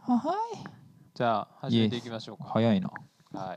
はい。 じゃあ始めていきましょうか。 早いな。 はい。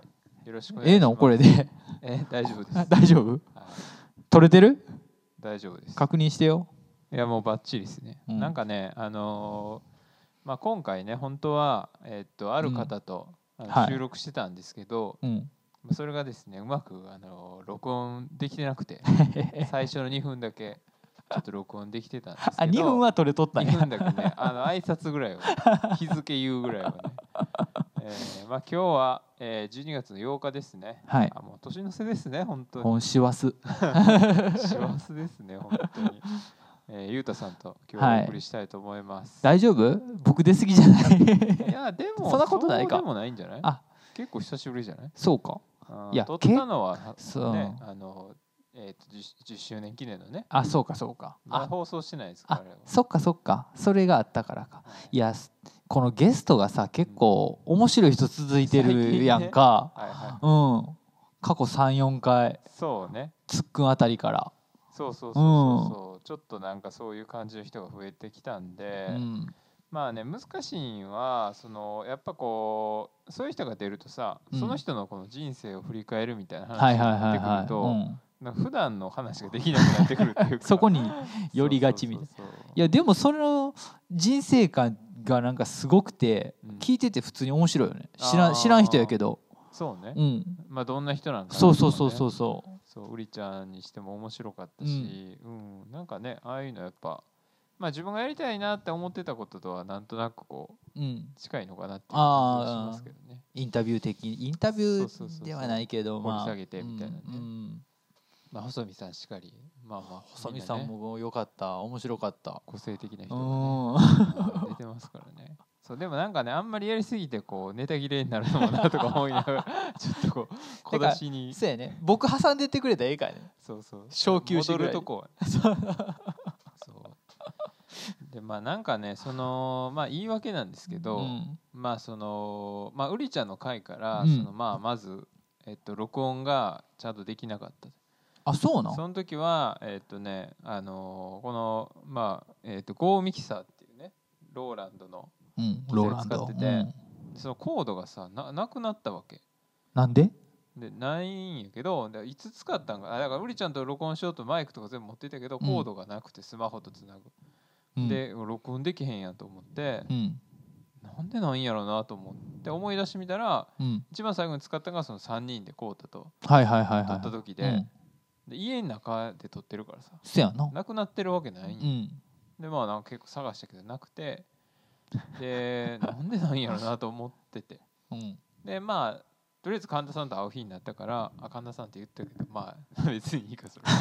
よろしくお願いします。 のこれで。 大丈夫です。 大丈夫？ はい、 撮れてる？ 大丈夫です。 確認してよ。 いやもうバッチリですね。なんかねまあ今回ね本当はある方と、収録してたんですけど、それがですねうまく録音できてなくて最初の2分だけちょっと録音できてたんですけど 2分は撮れとったんや。 2分だけね挨拶ぐらいは、日付言うぐらいはねまあ今日は、12月の8日ですね。 はい。 もう年の瀬ですね本当に。 本師走。 師走ですね本当に。ゆうたさんと今日はお送りしたいと思います。 大丈夫？僕出過ぎじゃない？ いやでもそんなことないか。 そうでもないんじゃない？ あ、 結構久しぶりじゃない？ そうか。 いや撮ったのはね10周年記念のね。 あ、そうかそうか。 放送してないですから。 そっかそっか。それがあったからか。いやこのゲストがさ結構面白い人続いてるやんか。過去3、4回。 そうね。 つっくんあたりから。 そうちょっとなんかそういう感じの人が増えてきたんで、まあね難しいんはやっぱこうそういう人が出るとさ、その人のこの人生を振り返るみたいな話になってくると、なんか普段の話ができなくなってくるっていうかそこに寄りがちみたいな。いやでもその人生観がなんかすごくて、聞いてて普通に面白いよね。知らん人やけど。 そうね。まあどんな人なんかな。そううりちゃんにしても面白かったし、なんかねああいうのやっぱまあ自分がやりたいなって思ってたこととはなんとなくこう近いのかなっていう感じがしますけどね。 インタビューではないけど掘り下げてみたいなね。まあ細見さんしかり、まあ細見さんも良かった、面白かった、 個性的な人がね出てますからね。そうでもなんかねあんまりやりすぎてこうネタ切れになるのもなとか思いながらちょっとこう小出しに。 そうやね。僕挟んでってくれたらええかいね。 そう昇級してくれるとこ。でまあなんかねまあ言い訳なんですけど、まあまあうりちゃんの回からまあまず録音がちゃんとできなかった。 あ、そうなん。 その時はこのまあゴーミキサーっていうねローランドの機材使ってて、そのコードがさなくなったわけ。 なんで？ でないんやけどいつ使ったんか。だからうりちゃんと録音しようとマイクとか全部持っていたけど、コードがなくてスマホとつなぐ。で録音できへんやと思って、なんでなんやろうなと思って思い出してみたら、一番最後に使ったのがその3人でこうたと撮った時で、家の中で撮ってるからさ、なくなってるわけないんで、まあなんか結構探したけどなくて、でなんでなんやろうなと思ってて、でまあとりあえず神田さんと会う日になったから、神田さんって言ったけどまあ別にいいかそれ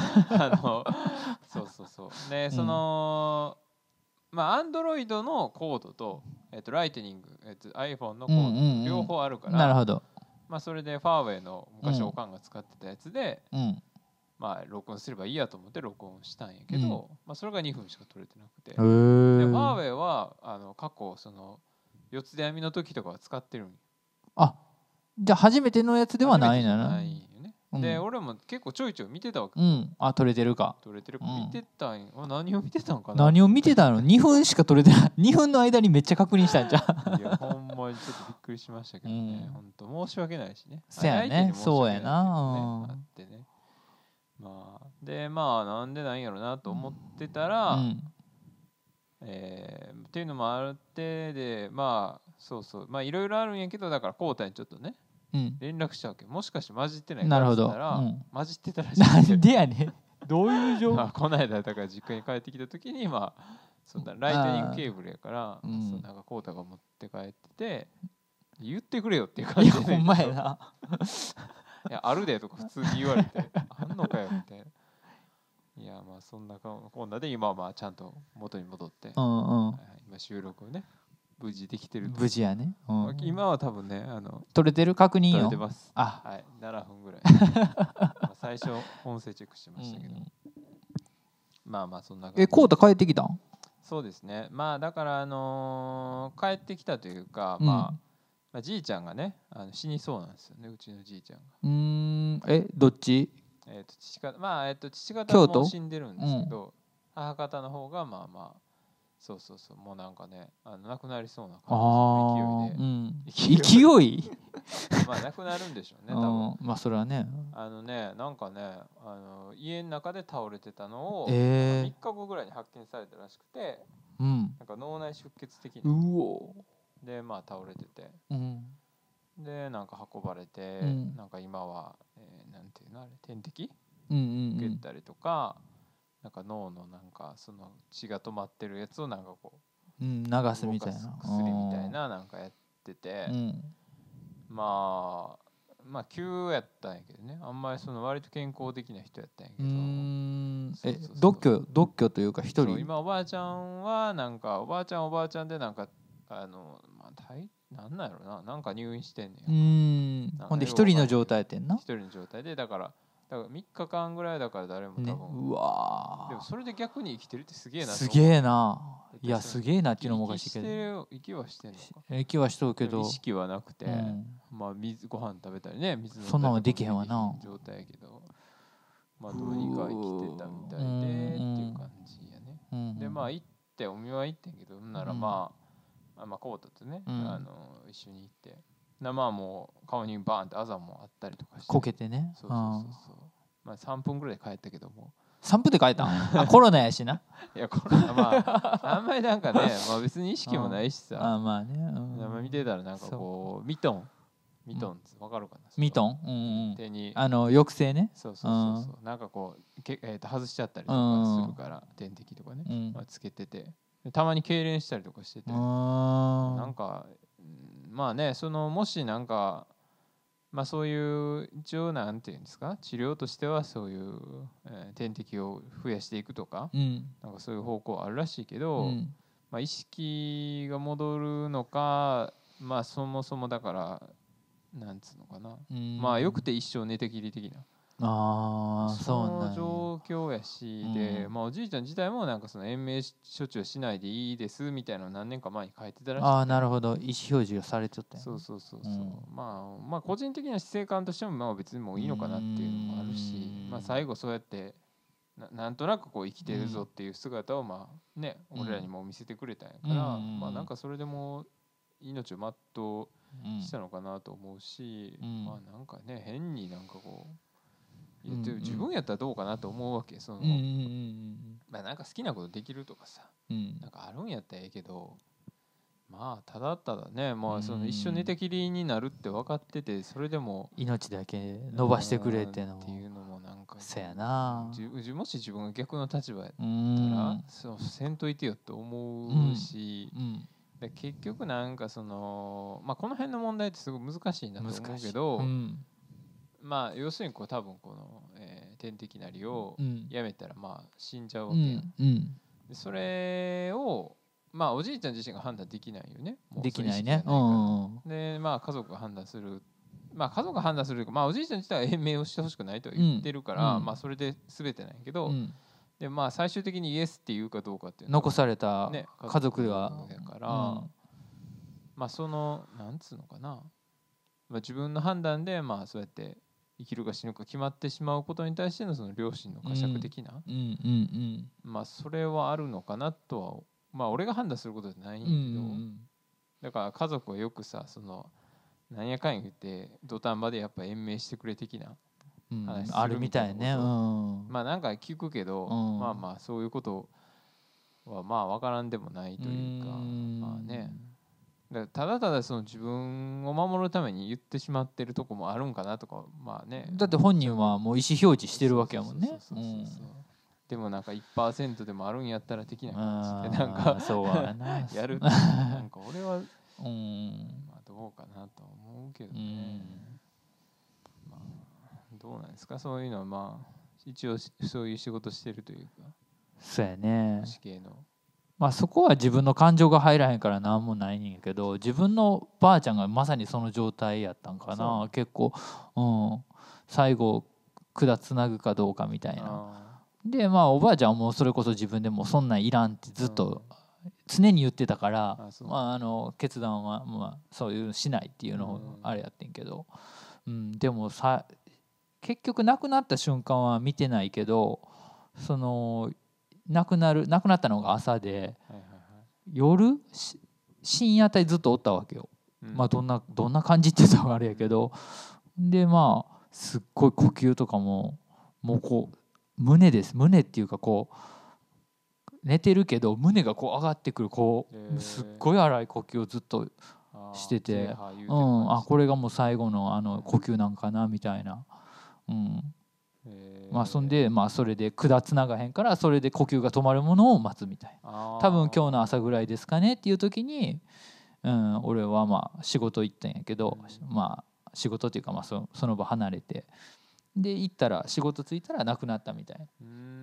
そうでまあアンドロイドのコードとライトニングiPhone のコード両方あるから、 なるほど。 まあそれでファーウェイの昔おかんが使ってたやつで、まあ録音すればいいやと思って録音したんやけど、まあそれが2分しか取れてなくて、でファーウェイは過去四つで編みの時とかは使ってるんよ。 あ、じゃあ初めてのやつではないな。 ないよね。で俺も結構ちょいちょい見てたわけ。 あ、撮れてるか。 見てたんや。何を見てたんかな。 何を見てたの？2分しか撮れてない。2分の間にめっちゃ確認したんじゃん。 いやほんまにちょっとびっくりしましたけどね。本当申し訳ないしね。 そうやね。そうやな。 あってね。まあでまあなんでなんやろなと思ってたら、っていうのもあってでまあまあいろいろあるんやけど、だからコウタにちょっとね連絡したわけ。もしかして混じってないかって言ったら、混じってたらしい。 なんでやねん。どういう状況？ この間だから実家に帰ってきた時にまあそんなライトニングケーブルやから、なんかコウタが持って帰ってて、言ってくれよっていう感じで、 ほんまやな。 いやあるでとか普通に言われてあんのかよみたいな。いやまあそんなこんなで今はまあちゃんと元に戻って、今収録をね無事できてる。 無事やね。 今は多分ね撮れてる確認よ。 撮れてます。はい、7分ぐらい。最初音声チェックしてましたけど、まあまあそんな感じ。 コウタ帰ってきたん？ そうですね。まあだから帰ってきたというか、まあじいちゃんがね死にそうなんですよね、うちのじいちゃんが。 どっち？ 父方はもう死んでるんですけど、母方の方がまあまあそうそうそう、もうなんかねなくなりそうな感じの勢いで、勢いまあなくなるんでしょうね多分。 まあそれはね、 なんかね家の中で倒れてたのを、3日後ぐらいに発見されたらしくて、なんか脳内出血的なでまあ倒れてて、でなんか運ばれて、なんか今は、なんていうのあれ点滴受けたりとか、なんか脳のなんかその血が止まってるやつをなんかこう、 流すみたいな薬みたいななんかやってて、まあ急やったんやけどね、あんまりその割と健康的な人やったんやけど、 独居というか一人。 今おばあちゃんはなんかおばあちゃんでなんかまあなんなんやろな、なんか入院してんねん。ほんで一人の状態やってんな。 一人の状態でだから3日間ぐらいだから誰も多分、 うわでもそれで逆に生きてるってすげえな。 すげえな。いやすげえなっていうのもおかしいけど、 息はしてんのか、 息はしとるけど意識はなくて、まあご飯食べたりね、水飲んだりそんなんはできへんわな状態やけど、まあどうにか生きてたみたいでっていう感じやね。でまあ行ってお見舞い行ってんけど、ならまあこうたってね、一緒に行って、まあもう顔にバーンってあざもあったりとかして、 こけてね。 そう、まあ3分ぐらいで帰ったけども。 3分で帰ったんコロナやしな。 いやコロナまああんまりなんかね、まあ別に意識もないしさ、 まあね、 見てたらなんかこうミトンわかるかな、 ミトン、 手に抑制ね。 そうなんかこう外しちゃったりとかするから、点滴とかね、つけてて、たまに痙攣したりとかしてて、なんかまあね、そのもしなんかまあそういう一応なんていうんですか、治療としてはそういう、点滴を増やしていくとか、なんかそういう方向あるらしいけど、まあ意識が戻るのか、まあそもそもだからなんつうのかな、まあよくて一生寝てきり的な、その状況やし、でまあおじいちゃん自体もなんかその延命処置をしないでいいですみたいなのを何年か前に書いてたらしい。 なるほど、意思表示がされてたよね。 そう、まあ個人的な死生観としてもまあ別にもういいのかなっていうのもあるし、まあ最後そうやってなんとなくこう生きてるぞっていう姿をまあね、俺らにも見せてくれたんやから、まあなんかそれでも命を全うしたのかなと思うし、まあなんかね変になんかこう自分やったらどうかなと思うわけ。そのまあなんか好きなことできるとかさ、なんかあるんやったらええけど、まあただただね、まあその一緒寝てきりになるって分かってて、それでも命だけ伸ばしてくれってのもなんかそやな。 もし自分が逆の立場やったらせんといてよって思うし、結局なんかそのまあこの辺の問題ってすごい難しいなと思うけど、まあ要するにこう多分この、点滴なりをやめたらまあ死んじゃうわけやん。でそれをまあおじいちゃん自身が判断できないよね。 できないね。 でまあ家族が判断する。まあ家族が判断するか、まあおじいちゃん自体は延命をしてほしくないとは言ってるから、まあそれで全てなんやけど、でまあ最終的にイエスって言うかどうかっていうのは残された家族がやから、まあそのなんつうのかな、まあ自分の判断でまあそうやって生きるか死ぬか決まってしまうことに対してのその両親の呵責的な、まあそれはあるのかなとは、まあ俺が判断することじゃないんやけど、だから家族はよくさ、そのなんやかんや言って土壇場でやっぱ延命してくれ的な話すあるるみたいみたいね。 まあなんか聞くけど、まあまあそういうことはまあ分からんでもないというか、まあね、ただただその自分を守るために言ってしまってるとこもあるんかなとか、まあね、 だって本人はもう意思表示してるわけやもんね。 でもなんか 1% でもあるんやったら的な感じでなんかそうはなやるってなんか俺はまあどうかなと思うけどね。まあどうなんですか、そういうのは。まあ一応そういう仕事してるというか。 そうやね。 死刑のまあそこは自分の感情が入らへんから何もないねんけど、自分のばあちゃんがまさにその状態やったんかな。結構、最後管つなぐかどうかみたいな。でまあおばあちゃんはもうそれこそ自分でもそんなんいらんってずっと常に言ってたから、まあ決断はまあそういうしないっていうのをあれやってんけど、でも結局亡くなった瞬間は見てないけど、その亡くなったのが朝で、 深夜帯ずっとおったわけよ、まあどんな感じって言ったらあれやけど、でまあすっごい呼吸とかもうこう胸っていうかこう寝てるけど胸がこう上がってくるこうすっごい荒い呼吸をずっとしてて、あこれがもう最後の呼吸なんかなみたいな、まあそんでまあそれで管つながへんからそれで呼吸が止まるものを待つみたいな、多分今日の朝ぐらいですかねっていう時に、俺はまあ仕事行ったんやけど、まあ仕事っていうかまあその場離れてで行ったら仕事着いたら亡くなったみたいな。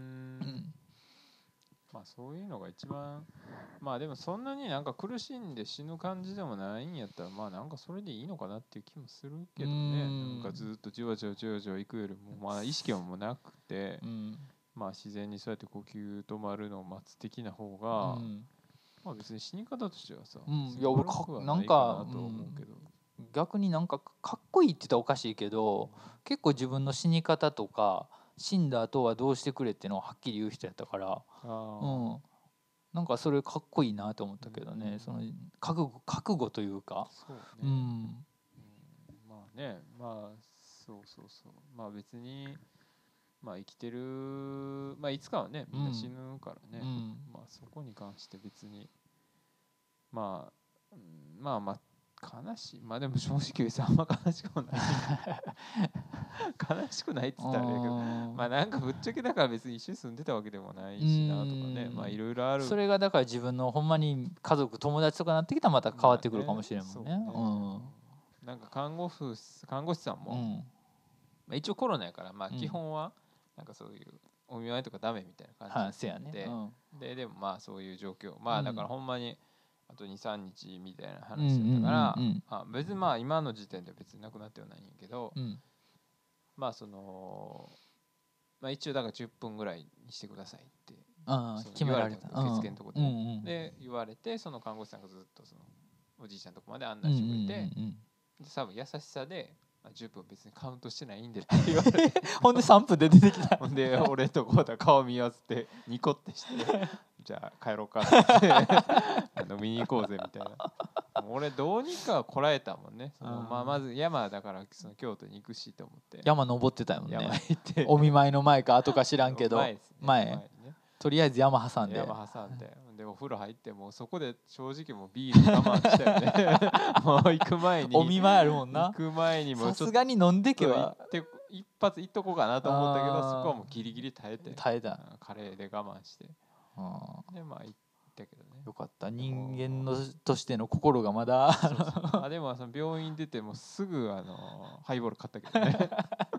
まあそういうのが一番、まあでもそんなになんか苦しんで死ぬ感じでもないんやったら、まあなんかそれでいいのかなっていう気もするけどね。なんかずっとじわじわ行くよりも、まあ意識もなくて、まあ自然にそうやって呼吸止まるのを待つ的な方が、まあ別に死に方としてはさ、 いや俺なんか逆になんかかっこいいって言ったらおかしいけど、結構自分の死に方とか死んだ後はどうしてくれってのをはっきり言う人やったから、なんかそれかっこいいなと思ったけどね、その覚悟というか。そうね、 まあね、まあそうまあ別にまあ生きてる、まあいつかはねみんな死ぬからね、まあそこに関して別にまあまあ悲しい、まあでも正直言うとあんま悲しくもない悲しくないって言ったらあれやけど、まあなんかぶっちゃけだから別に一緒に住んでたわけでもないしなとかね、まあいろいろある。 それがだから自分のほんまに家族友達とかなってきたらまた変わってくるかもしれんもんね。 なんか看護師さんも、まあ、一応コロナやからまあ基本はなんかそういうお見舞いとかダメみたいな感じで、でもまあそういう状況、まあだからほんまにあと 2,3 日みたいな話だったから、別にまあ今の時点で別になくなってはないんやけど、まあそのまあ一応だから10分ぐらいにしてくださいって決められた受付のとこで言われて、その看護師さんがずっとそのおじいちゃんのとこまで案内してくれて、多分優しさで10分別にカウントしてないんでって言われてほんで3分で出てきた。 ほんで俺とこうだ顔見合わせてニコってしてじゃあ帰ろうかって飲みに行こうぜみたいな。俺どうにかこらえたもんね。まあまず山だからその京都に行くしと思って山登ってたよね。 山行ってお見舞いの前か後か知らんけど前とりあえず山挟んででお風呂入ってもうそこで正直もうビール我慢したよねもう行く前にお見舞いあるもんな。 行く前にもさすがに飲んでけば一発行っとこうかなと思ったけど、そこはもうギリギリ耐えたカレーで我慢してでまあ行ったけどね。 よかった、人間のとしての心がまだでもその病院出てもすぐハイボール買ったけどね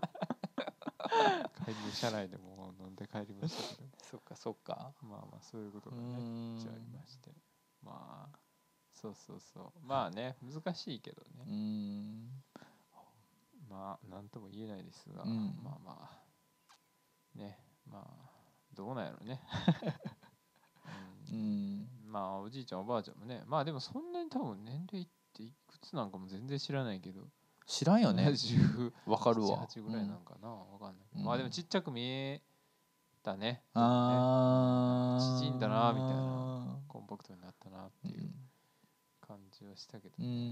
帰り車内でも飲んで帰りましたけどそっかまあそういうことがね一応ありまして、まあそうまあね難しいけどね、まあ何とも言えないですが、まあねまあどうなんやろねまあおじいちゃんおばあちゃんもね、まあでもそんなに多分年齢っていくつなんかも全然知らないけど、 知らんよね。わかるわ。 8ぐらいなんかな、わかんないけど、まあでもちっちゃく見えたね。縮んだなみたいな、コンパクトになったなっていう感じはしたけどね。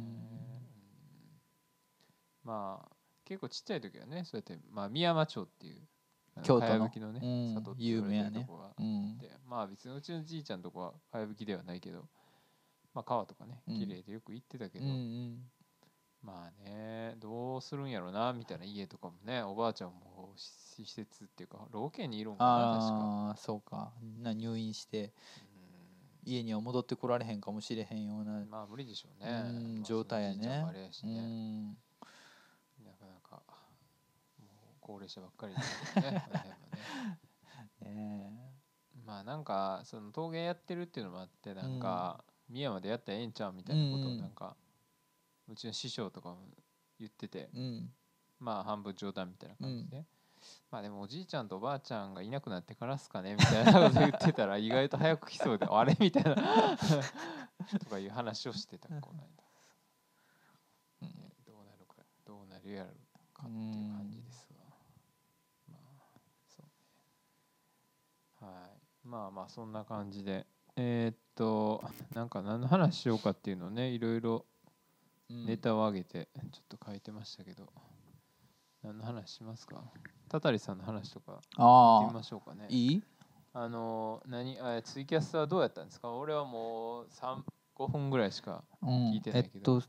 まあ結構ちっちゃい時はね、そうやってまあ宮山町っていう京都のかやぶきのね里って言われてるとこがあって、まあ別にうちのじいちゃんとこはかやぶきではないけど、まあ川とかね綺麗でよく行ってたけど、まあねどうするんやろなみたいな、家とかもね、おばあちゃんも施設っていうか老犬にいるんかな確か。 そうか、入院して家には戻ってこられへんかもしれへんような、 まあ無理でしょうね、 状態やね。 あれやしね、なかなかもう高齢者ばっかりですねまあなんかその陶芸やってるっていうのもあって、なんか宮山でやったらええんちゃうみたいなことをなんかうちの師匠とかも言ってて、まあ半分冗談みたいな感じで、まあでもおじいちゃんとおばあちゃんがいなくなってからっすかねみたいなこと言ってたら意外と早く来そうであれみたいなとかいう話をしてたこの間、どうなるやろかっていう感じですが、まあそうね、はい、まあそんな感じでなんか何の話しようかっていうのをねいろいろネタを上げてちょっと書いてましたけど、何の話しますか？たたりさんの話とか聞いてみましょうかね。 いい？ ツイキャスはどうやったんですか？俺はもう5分ぐらいしか聞いてないけど、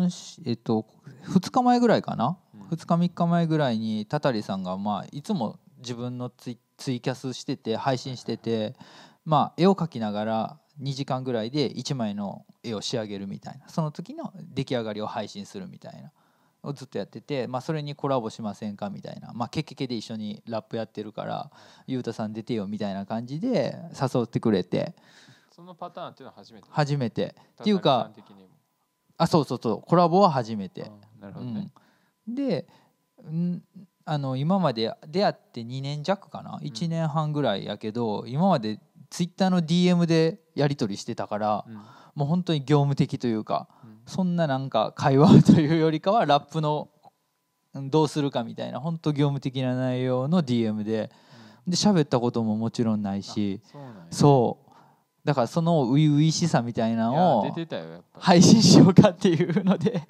2日前ぐらいかな、2日3日前ぐらいにたたりさんが、いつも自分のツイキャスしてて配信してて、絵を描きながら2時間ぐらいで1枚の絵を仕上げるみたいな、その時の出来上がりを配信するみたいなをずっとやってて、それにコラボしませんかみたいな、ケケケで一緒にラップやってるからゆうたさん出てよみたいな感じで誘ってくれて、 そのパターンっていうのは初めてっていうか、そうコラボは初めて。 なるほどね。 で今まで出会って2年弱かな、1年半ぐらいやけど、今までツイッターの DM でやり取りしてたから、もう本当に業務的というか、そんななんか会話というよりかはラップのどうするかみたいな本当業務的な内容の DM で喋ったことももちろんないし、そうだからその初々しさみたいなのを配信しようかっていうので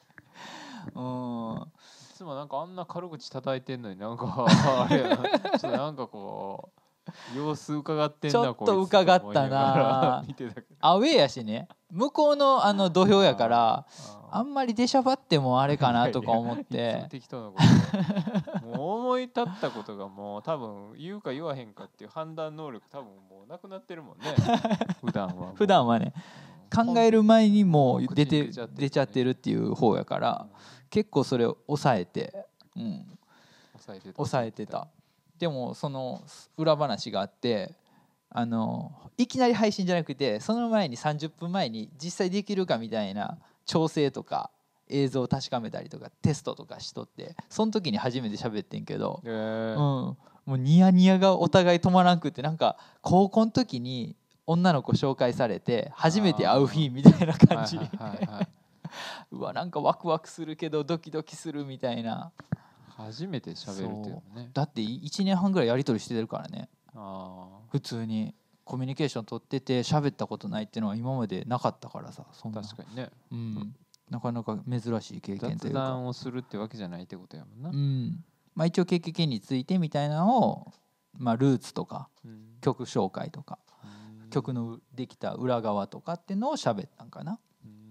いつもなんかあんな軽口叩いてんのになんかあれやな、ちょっとなんかこう様子伺ってんな、 ちょっと伺ったなアウェーやしね、向こうの土俵やからあんまり出しゃばってもあれかなとか思って適当なこともう思い立ったことがもう多分言うか言わへんかっていう判断能力多分もうなくなってるもんね普段はね、考える前にもう出ちゃってるっていう方やから、結構それを抑えて、抑えてた。でもその裏話があって、いきなり配信じゃなくてその前に30分前に実際できるかみたいな調整とか映像を確かめたりとかテストとかしとって、その時に初めて喋ってんけど、もうニヤニヤがお互い止まらんくって、なんか高校の時に女の子紹介されて初めて会う日みたいな感じうわなんかワクワクするけどドキドキするみたいな。 初めて喋るっていうのね。 だって1年半ぐらいやり取りしてるからね。普通にコミュニケーション取ってて喋ったことないっていうのは今までなかったからさ。 確かにね、 なかなか珍しい経験というか、 雑談をするってわけじゃないってことやもんな。一応 KKK についてみたいなのを、ルーツとか、曲紹介とか、曲のできた裏側とかっていうのを喋ったんかな。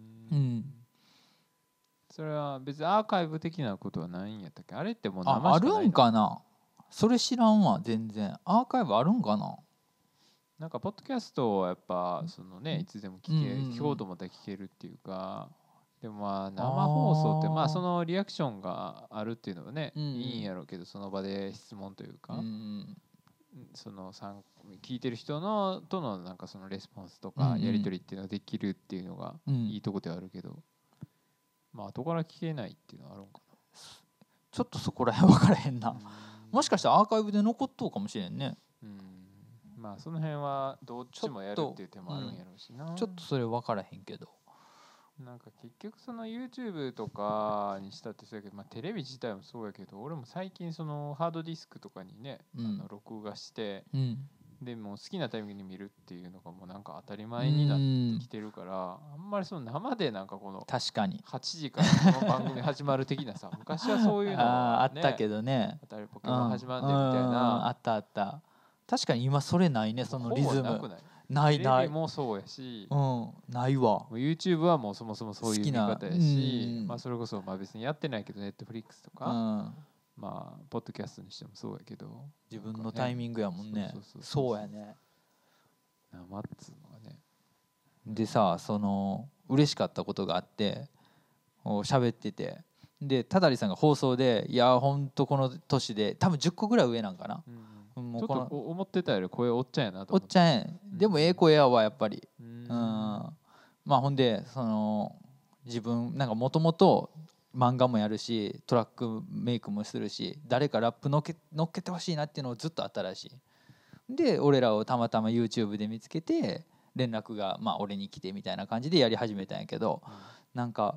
それは別にアーカイブ的なことはないんやったっけ？あれってもう生しかないの？ あるんかな、それ知らんわ。全然アーカイブあるんかな。 なんかポッドキャストはやっぱそのねいつでも聞こうと思ったら聞けるっていうか、でも生放送ってそのリアクションがあるっていうのはね、いいんやろうけど、その場で質問というか、その聞いてる人とのなんかそのレスポンスとかやり取りっていうのができるっていうのがいいとこではあるけど、後から聞けないっていうのはあるんかな。 ちょっとそこら辺分からへんな。もしかしたらアーカイブで残っとうかもしれんね。 その辺はどっちもやるっていう手もあるんやろうしな。 ちょっとそれ分からへんけど、 なんか結局その YouTube とかにしたってそうやけど、テレビ自体もそうやけど、俺も最近そのハードディスクとかにね、録画して、でもう好きなタイミングに見るっていうのがもうなんか当たり前になってきてるから、あんまりその生でなんかこの確かに 8時からこの番組始まる的なさ昔はそういうのが、 あったけどね、 当たりポケモン始まんでみたいな、 あった確かに今それないね、そのリズム。 なくない？ ないテレビもそうやし、 ないわ。 YouTube はもうそもそもそういう見方やし、それこそ別にやってないけど Netflix とか、ポッドキャストにしてもそうやけど、 自分のタイミングやもんね。そうやね。 生っつうのはね。 でさ、その嬉しかったことがあって喋ってて、でただりさんが放送でいやほんとこの年で多分10個ぐらい上なんかな、 もうちょっと思ってたより声おっちゃんやなと思って。おっちゃんやん、でも声やわやっぱり。ほんでその自分なんかもともと漫画もやるしトラックメイクもするし、誰かラップ乗っけてほしいなっていうのをずっとあったらしい。で俺らをたまたま YouTube で見つけて連絡が俺に来てみたいな感じでやり始めたんやけど、なんか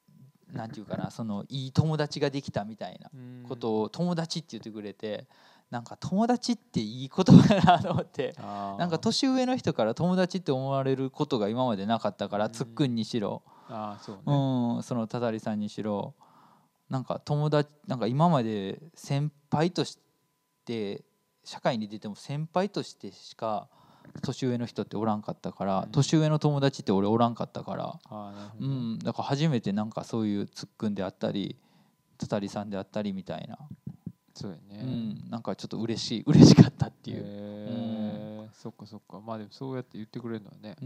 なんていうかな、そのいい友達ができたみたいなことを友達って言ってくれて、 なんか友達っていい言葉だなと思って、なんか年上の人から友達って思われることが今までなかったから、つっくんにしろ、 そうね、 そのたたりさんにしろ、なんか友達、なんか今まで先輩として社会に出ても先輩としてしか年上の人っておらんかったから、年上の友達って俺おらんかったから、だから初めてなんかそういうつっくんであったりたたりさんであったりみたいな、 そうやね、 なんかちょっと嬉しかったっていう。 そっかそっか、まあでもそうやって言ってくれるのはね、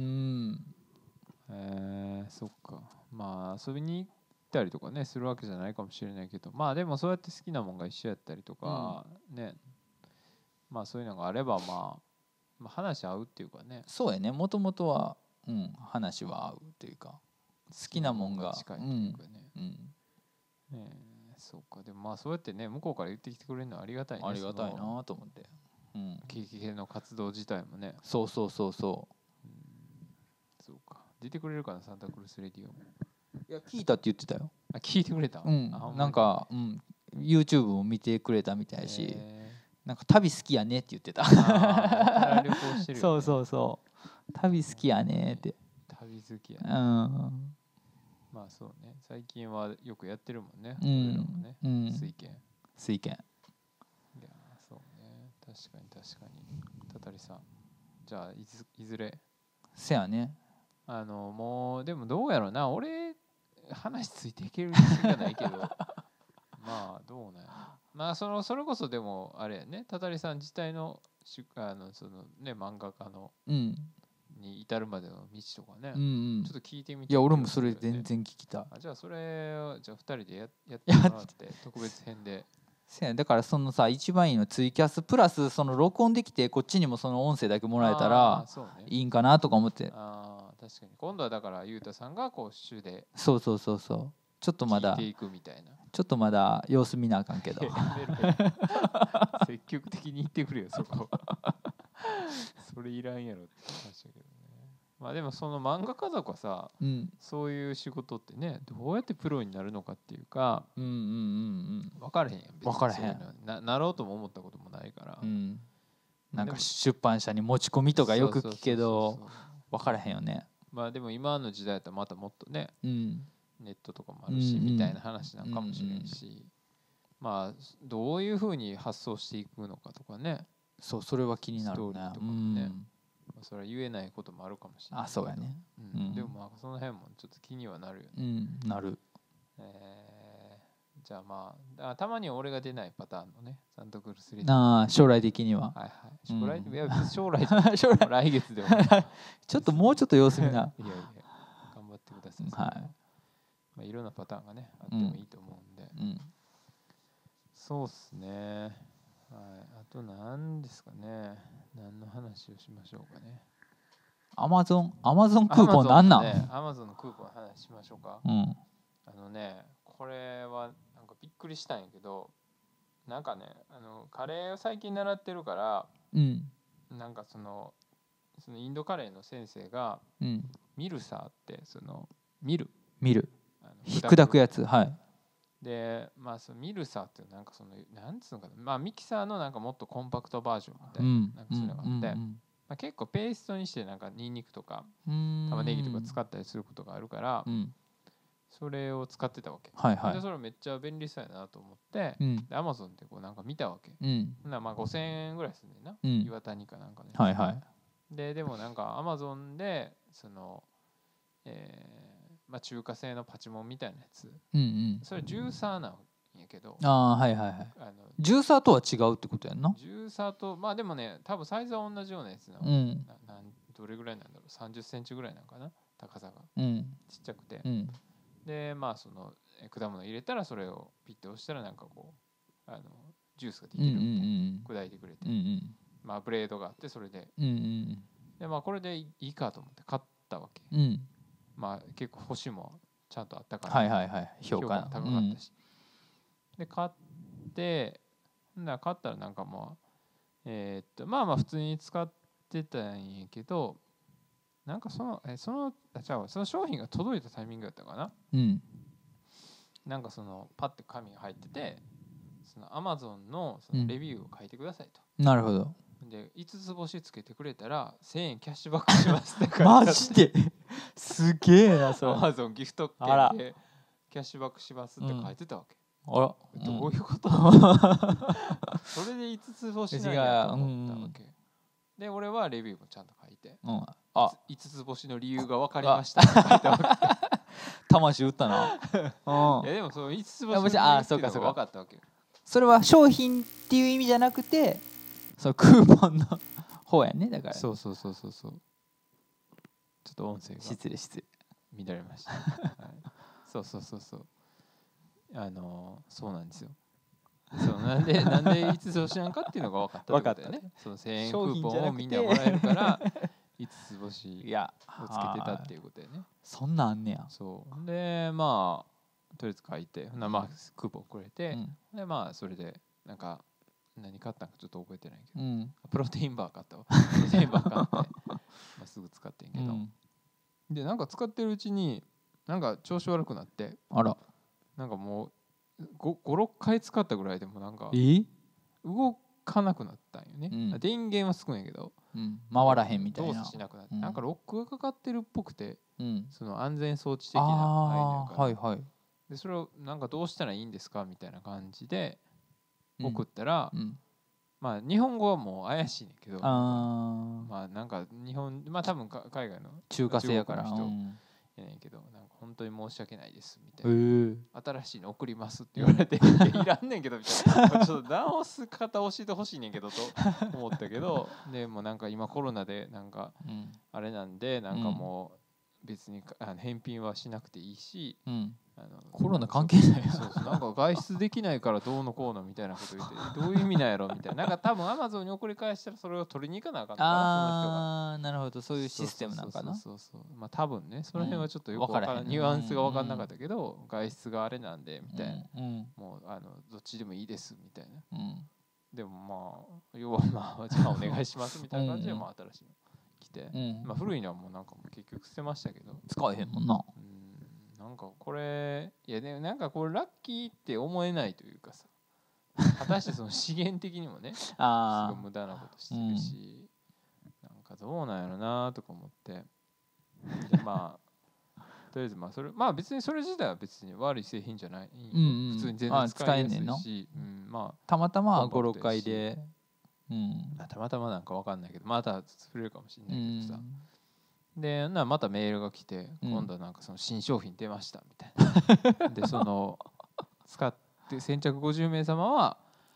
そっか、まあ遊びに行ったりとかねするわけじゃないかもしれないけど、まあでもそうやって好きなもんが一緒やったりとか、ね、まあそういうのがあれば、まあ話合うっていうかね。 そうやね、もともとは、話は合うというか、好きなもんが近いというかね。そうか、でもまあそうやってね向こうから言ってきてくれるのはありがたいね。 ありがたいなと思って、 経験の活動自体もね。 そうそうそうそう。 そうか、出てくれるかなサンタクルスレディオも。 いや聞いたって言ってたよ。 聞いてくれた。 なんか、YouTube も見てくれたみたいし、なんか旅好きやねって言ってた。 旅行してるよね。 そうそうそう。旅好きやねって。 旅好きやね。まあそうね。最近はよくやってるもんね。俺らもね。水拳。 水拳。 いやそうね。確かに確かに。たたりさん。じゃあいずれ。 せやね。 もうでもどうやろうな。俺話ついていける気がないけど。まあどうなんやろ。まあそれこそでもあれやね。たたりさん自体のそのね漫画家の。に至るまでの道とかね、ちょっと聞いてみて、 いや俺もそれ全然聞きたい。 じゃあそれをじゃあ2人でやってもらって特別編で。 だからそのさ一番いいのツイキャスプラスその録音できてこっちにもその音声だけもらえたらいいんかなとか思って。 確かに今度はだからゆうたさんがこう主でそうちょっとまだ聞いていくみたいな。 ちょっとまだ様子見なあかんけど積極的に言ってくれよそこそれいらんやろって話だけどね。まあでもその漫画家族はさ、そういう仕事ってねどうやってプロになるのかっていうか、分からへんやん。 分からへん。 なろうとも思ったこともないから、 なんか出版社に持ち込みとかよく聞くけど分からへんよね。 まあでも今の時代だったらまたもっとね、ネットとかもあるしみたいな話なのかもしれんし、まあどういうふうに発想していくのかとかね。 それは気になるね。 ストーリーとかもね、それは言えないこともあるかもしれない。 そうやね。 でもまあその辺もちょっと気にはなるよね。 なる。 じゃあまあたまには俺が出ないパターンのねサンタクルスレディ。将来的には。 将来いや将来来月でもちょっともうちょっと様子見な。 いや頑張ってください。まあいろんなパターンがねあってもいいと思うんで。そうっすね。あと何ですかね。何の話をしましょうかね。 アマゾンクーポンなんなん？ アマゾンのクーポンの話しましょうか。これはなんかびっくりしたんやけど、なんかねカレーを最近習ってるから、なんかそのインドカレーの先生が、ミルサーってミル砕くやつ。 でまあそのミルサーってなんかなんつうのかな、まあミキサーのなんかもっとコンパクトバージョンみたいな、なんかそういうのがあって、まあ、結構ペーストにしてなんかニンニクとか玉ねぎとか使ったりすることがあるから、それを使ってたわけ。でそれめっちゃ便利そうやなと思って、でアマゾンでこうなんか見たわけ。まあ5000円ぐらいするんだよな、岩谷かなんかね。でもなんかアマゾンでまあ、中華製のパチモンみたいなやつ、それジューサーなんやけど、 ジューサーとは違うってことやんな。 ジューサーとまあでもね多分サイズは同じようなやつなの、どれぐらいなんだろう、30センチぐらいなのかな高さが、ちっちゃくて、でまあその果物入れたらそれをピッて押したらなんかこうジュースができるみたいな、砕いてくれて、まあブレードがあってそれで、でまあこれでいいかと思って買ったわけ。まあ結構星もちゃんとあったから、評価高かったし、で買って買ったらなんかまあまあ普通に使ってたんやけど、なんかその商品が届いたタイミングだったかな、なんかパッて紙が入っててその Amazon のそのレビューを書いてくださいと、 なるほど。 で5つ星つけてくれたら1000円キャッシュバックしますって書いてあってマジですげえなそれ。 Amazon ギフト券でキャッシュバックしますって書いてたわけ、 あら、 どういうこと、それで5つ星なんやと思ったわけ、で俺はレビューもちゃんと書いて、5つ星の理由が分かりましたって書いたわけ魂打ったな。 いやでもその5つ星の理由っていうのが分かったわけ。 それは商品っていう意味じゃなくて、そのクーポンの方やね。だからそうちょっと音声が失礼乱れました、はい、そうそうなんですよ。そうなんで5つ星なんかっていうのが分かったってことだよね。その1000円クーポンをみんなもらえるから5つ星をつけてたっていうことだよね。 そんなんあんねや。 そうでまあとりあえず書いて、まあクーポンくれて、でまあそれでなんか何買ったんかちょっと覚えてないけど、プロテインバー買ったわ。プロテインバー買って、まあ、すぐ使ってんけど、でなんか使ってるうちになんか調子悪くなって、 あら、 なんかもう5、6回使ったぐらいでもなんか動かなくなったんよね、電源はつくんやけど、 回らへんみたいな、 動作しなくなって、なんかロックがかかってるっぽくて、その安全装置的なはいはい。 でそれをなんかどうしたらいいんですかみたいな感じで送ったら、まあ日本語はもう怪しいねんけど、まあなんか日本、まあ多分海外の中華製やから人やねんけど、なんか本当に申し訳ないですみたいな、新しいの送りますって言われて、いらんねんけどみたいな、ちょっと直す方教えてほしいねんけどと思ったけど、でもなんか今コロナでなんかあれなんで、なんかもう別に返品はしなくていいし、 コロナ関係ないやそうなんか外出できないからどうのこうのみたいなこと言って、どういう意味なんやろみたいな、なんか多分 Amazon に送り返したらそれを取りに行かなあかんのかな、その人が。 なるほど、そういうシステムなんかな。 まあ多分ね、その辺はちょっとよく分からん、ニュアンスが分かんなかったけど、外出があれなんでみたいな、もうどっちでもいいですみたいな、でもまあ要はまあじゃあお願いしますみたいな感じで、まあ新しいの来て、まあ古いのはもうなんかもう結局捨てましたけど、 使えへんもんな。 なんかこれいやでもなんかこれラッキーって思えないというかさ、果たしてその資源的にもねすごい無駄なことしてるし、なんかどうなんやろなとか思って、でまあとりあえずまあそれ、まあ別にそれ自体は別に悪い製品じゃない、普通に全然使いやすいし、まあたまたま56回で、 たまたまなんか分かんないけど、また触れるかもしれないけどさ、でまたメールが来て、今度はなんかその新商品出ましたみたいなでその使って先着50名様は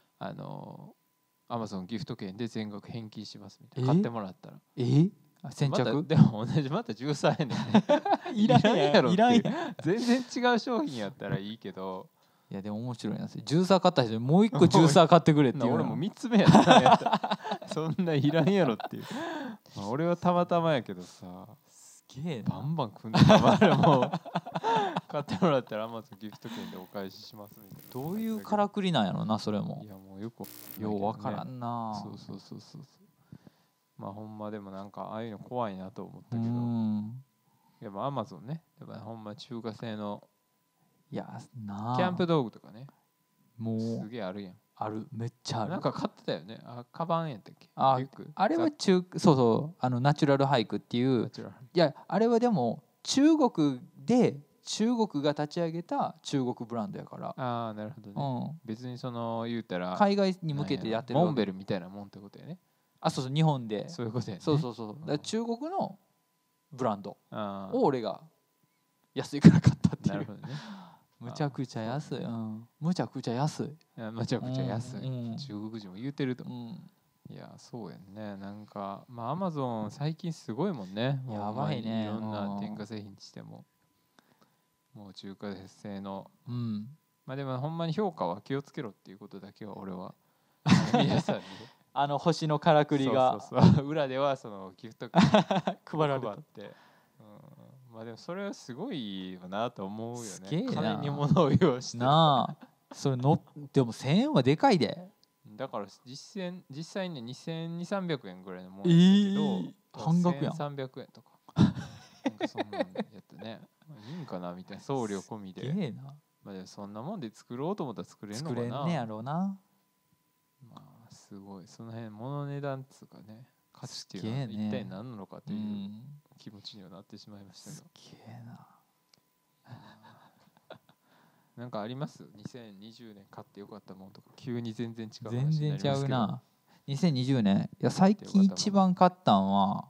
Amazon ギフト券で全額返金しますみたいな、買ってもらったら先着、 でも同じまた13円でねいらんやろっていう、全然違う商品やったらいいけど、 いやでも面白いな、ジューサー買った人にもう一個ジューサー買ってくれっていう俺も3つ目やったんやったそんないらんやろっていう、まあ、俺はたまたまやけどさ、 すげえな、 バンバン組んでたまるもう買ってもらったら Amazon ギフト券でお返ししますみたいな、 どういうからくりなんやろな、それも。 いやもうよく分からんな。 そうまあほんまでもなんかああいうの怖いなと思ったけど、やっぱ Amazon ね、やっぱほんま中華製のいやな、 キャンプ道具とかね、 もうすげえあるやん。 ある、めっちゃある。 なんか買ってたよね。カバンやったっけ？ あれはそうナチュラルハイクっていう、いやあれはでも中国が立ち上げた中国ブランドやから。 なるほどね。別にその言うたら海外に向けてやってるモンベルみたいなもんってことやね。 そう日本でそういうことやね。 そうだから中国のブランドを俺が安いから買ったっていう。 なるほどね。 むちゃくちゃ安い、むちゃくちゃ安い、 むちゃくちゃ安い、中国人も言うてると、いやそうやんね。なんかまあ Amazon 最近すごいもんね。 やばいね。 いろんな電化製品にしてももう中華製の、まあでもほんまに評価は気をつけろっていうことだけは俺は皆さんに星のからくりがそう裏ではそのギフト券配られて、 まあでもそれはすごいよなと思うよね。 すげえな、 金に物を用してなあ、それのでも1000円はでかいで。 だから実際に2200-300円ぐらいのもんやけど、 半額やん。 1300円とかなんかそんなんやってねいいんかなみたいな、送料込みで。 すげえな。 まあそんなもんで作ろうと思ったら作れんのかな。 作れんねやろうな。 まあすごいその辺物の値段っつうかね価値っていうのは一体何なのかという気持ちにはなってしまいましたけど。 すげえな。 なんかあります？ 2020 年買ってよかったものとか。急に全然違う話全然になりますけど。 ちゃうな。2020年、いや最近一番買ったんは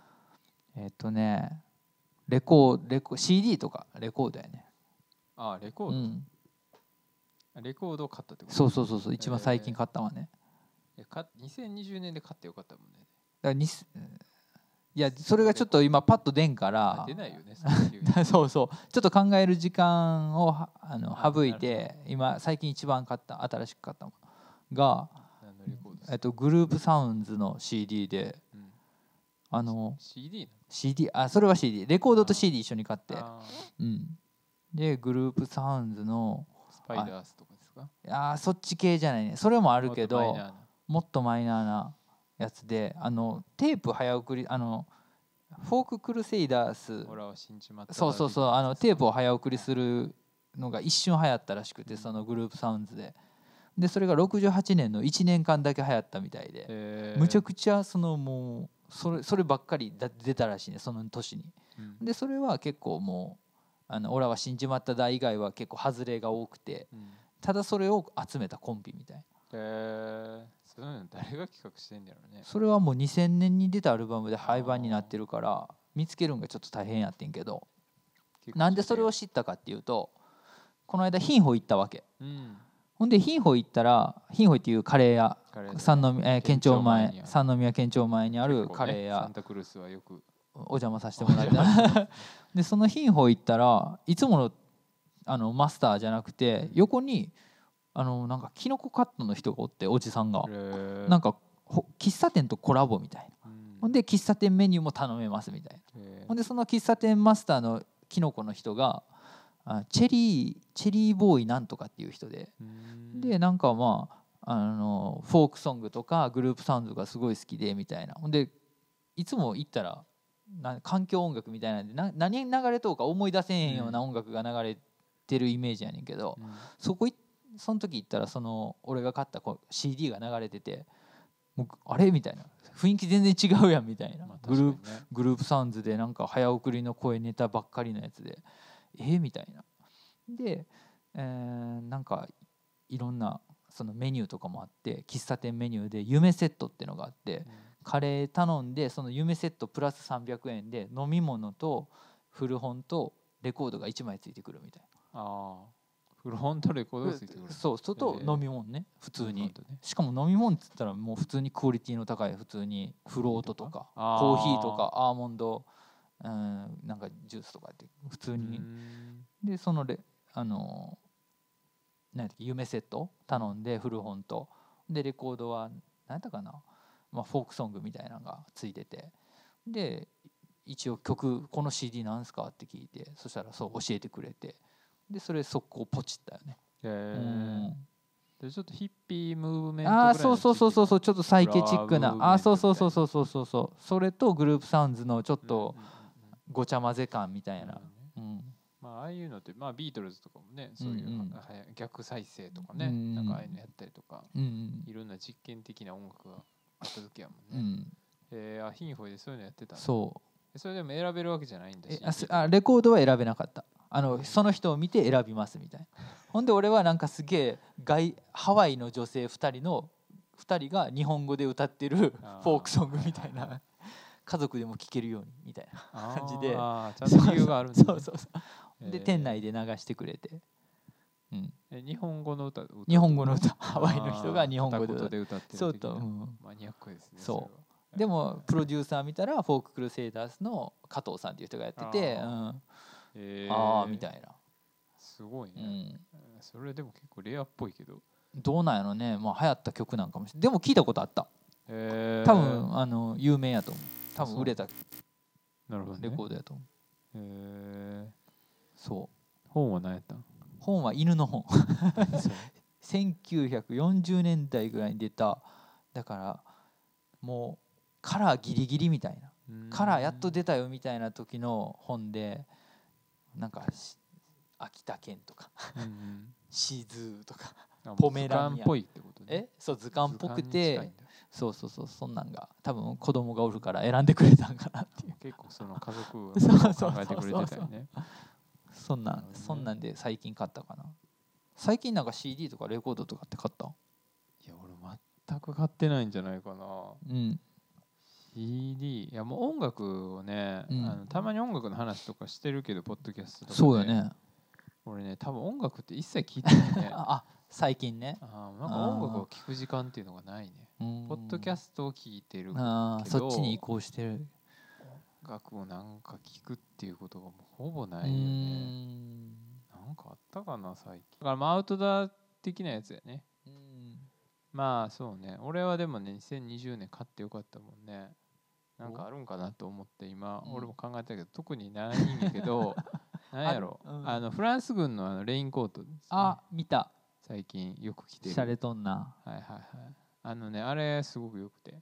レコード CD とかレコードやね。 ああレコード、うん、レコードを買ったってこと？ そう一番最近買ったわね。 2020年で買ってよかったもんね。 だからいやそれがちょっと今パッと出んから出ないよね。 そうちょっと考える時間を省いて今最近一番買った新しく買ったのがグループサウンズの CD で、CD それは CD レコードと CD 一緒に買って、でグループサウンズのスパイダースとかですか？そっち系じゃないね。それもあるけどもっとマイナーなやつでテープ早送りフォーククルセイダースそうテープを早送りするのが一瞬流行ったらしくて、そのグループサウンズでそれが68年の1年間だけ流行ったみたいで、むちゃくちゃもうそればっかり出たらしいね、その年に。でそれは結構もうオラは死んじまっただ以外は結構外れが多くて、ただそれを集めたコンビみたいな。 そういうの誰が企画してんだろうね。 それはもう2000年に出たアルバムで廃盤になってるから見つけるんがちょっと大変やってんけど、なんでそれを知ったかっていうと、この間ヒンホ行ったわけ、ほんでヒンホ行ったらヒンホっていうカレー屋、三宮県庁前にあるカレー屋、 サンタクルスはよくお邪魔させてもらってでそのヒンホ行ったらいつものマスターじゃなくて横になんかキノコカットの人がおって、おじさんがなんか喫茶店とコラボみたいな、ほんで喫茶店メニューも頼めますみたいな、ほんでその喫茶店マスターのキノコの人がチェリーボーイなんとかっていう人で、なんかフォークソングとかグループサウンドがすごい好きでみたいな、ほんでいつも行ったら環境音楽みたいなんで何流れとうか思い出せへんような音楽が流れてるイメージやねんけど、その時行ったら俺が買ったCD が流れてて、もうあれみたいな、雰囲気全然違うやんみたいな、グループサウンズでなんか早送りの声ネタばっかりのやつでみたいな。で、なんかいろんなそのメニューとかもあって、喫茶店メニューで夢セットっていうのがあって、カレー頼んでその夢セットプラス300円で飲み物と古本とレコードが1枚ついてくるみたいな。 古本とレコードがついてくる。 そうと飲み物ね、普通に、しかも飲み物っつったらもう普通にクオリティの高い、普通にフロートとかコーヒーとかアーモンドなんかジュースとかって普通に。でその何やったっけ、夢セット頼んで古本とでレコードは何やったかな、フォークソングみたいなのがついてて、で一応曲この CD なんすかって聞いて、そしたらそう教えてくれて、でそれ速攻ポチったよね。 でちょっとヒッピームーブメントぐらいのそうちょっとサイケチックなそうそれとグループサウンズのちょっとごちゃ混ぜ感みたいな。 ああいうのってビートルズとかもね、そういう逆再生とかね、なんかああいうのやったりとか、いろんな実験的な音楽があった時やもんね。ヒンホイでそういうのやってた。それでも選べるわけじゃないんだし。 レコードは選べなかった。その人を見て選びますみたいな。ほんで俺はなんかすげえハワイの女性2人が日本語で歌ってるフォークソングみたいな、家族でも聴けるようにみたいな感じで、ちゃんと理由があるんだね。 で店内で流してくれて、 日本語の歌、 ハワイの人が日本語で歌ってるそうと、 マニアックですね。 そうでもプロデューサー見たらフォーククルセイダースの加藤さんっていう人がやってて、みたいな。 すごいね。それでも結構レアっぽいけど、 どうなんやろね。流行った曲なんかもしれない。でも聞いたことあった。多分有名やと思う。多分売れたレコードやと思う。そう。 本は何やったん？ 本は犬の本。1940年代ぐらいに出た、だからもうカラーギリギリみたいな、カラーやっと出たよみたいな時の本で、なんか秋田県とかシズーとかポメラニアン図鑑っぽいってことね。 そう図鑑っぽくてそうそんなんが多分子供がおるから選んでくれたんかなっていう。 結構その家族を考えてくれてたよね。 そんなんで最近買ったかな。最近なんか CD とかレコードとかって買った？ いや俺全く買ってないんじゃないかな。CD いやもう音楽をね、たまに音楽の話とかしてるけどポッドキャストとかで。 そうやね。 俺ね多分音楽って一切聞いてないね。 最近ね。 なんか音楽を聴く時間っていうのがないね。ポッドキャストを聞いてるけどそっちに移行してる。 音楽をなんか聞くっていうことがもうほぼないよね。なんかあったかな最近。だからアウトドア的なやつやね。まあそうね。俺はでもね2020年買ってよかったもんね。なんかあるんかなと思って今俺も考えたけど特にないんやけどなんやろフランス軍のレインコートです、ね、 見た。 最近よく着てる。 シャレとんな。 はいはいはい。あれすごくよくて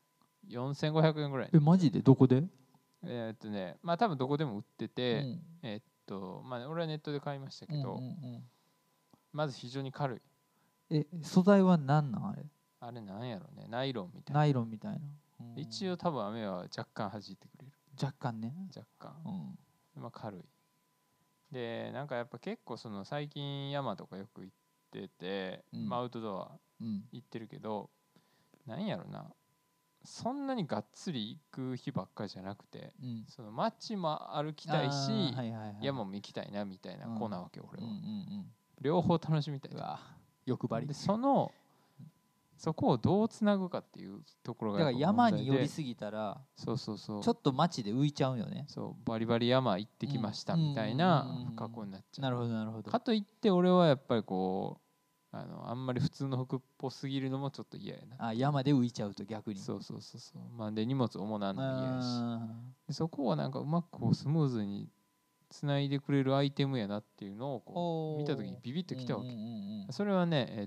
4500円ぐらい。 マジでどこで？ まあ多分どこでも売ってて、まあ俺はネットで買いましたけど、まず非常に軽い。 素材は何なんあれ？ あれなんやろね、ナイロンみたいな。 ナイロンみたいな。 一応多分雨は若干弾いてくれる。 若干ね。 若干。まあ軽い。でなんかやっぱ結構その最近山とかよく行ってて、アウトドア行ってるけど、なんやろな。そんなにがっつり行く日ばっかりじゃなくて、その街も歩きたいし、山も行きたいなみたいな子なわけ俺は。両方楽しみたい。 欲張り。 でそこをどうつなぐかっていうところがだから山に寄りすぎたらちょっと街で浮いちゃうよね。 そうバリバリ山行ってきましたみたいな格好になっちゃう。 なるほどなるほど。 かといって俺はやっぱりこうあんまり普通の服っぽすぎるのもちょっと嫌やな。 山で浮いちゃうと逆に。 そうまあで荷物重なんのも嫌やし、でそこはなんかうまくこうスムーズにつないでくれるアイテムやなっていうのをこう見た時にビビッときたわけ。それはね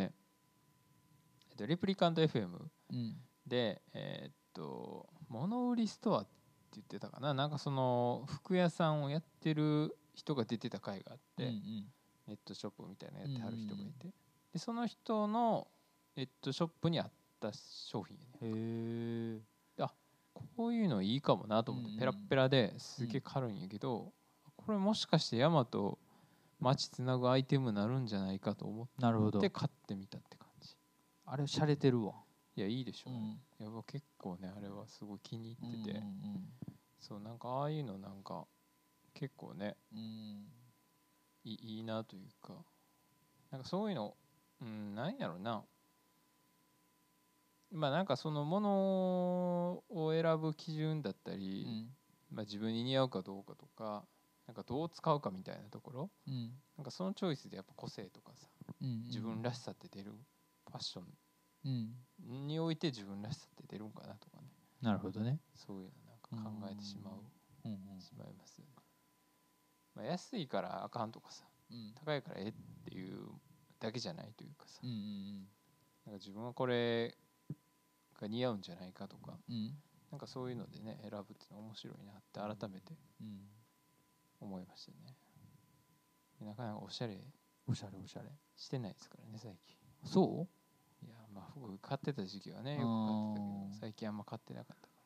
レプリカント FM で、物売りストアって言ってたかな。なんかその服屋さんをやってる人が出てた回があって、ネットショップみたいなのやってはる人がいて、でその人のネットショップにあった商品やね。こういうのいいかもなと思って、ペラッペラですげえ軽いんやけど、これもしかして山と街つなぐアイテムになるんじゃないかと思って買ってみたって感じ。 あれ洒落てるわ。 いやいいでしょ。やっぱ結構ねあれはすごい気に入ってて、そうなんかああいうのなんか結構ね、いいなというか、なんかそういうのなんやろな。まあなんかそのものを選ぶ基準だったり、まあ自分に似合うかどうかとか、なんかどう使うかみたいなところ、なんかそのチョイスでやっぱ個性とかさ、自分らしさって出る。ファッションにおいて自分らしさって出るんかなとかね。 なるほどね。 そういうのなんか考えてしまいますよね。まあ、安いからあかんとかさ、高いからっていうだけじゃないというかさ、なんか自分はこれが似合うんじゃないかとか、なんかそういうのでね選ぶってのは面白いなって改めて思いましたね。なかなかおしゃれしてないですからね最近。 そう？ いやまあ服買ってた時期はねよく買ってたけど、最近あんま買ってなかった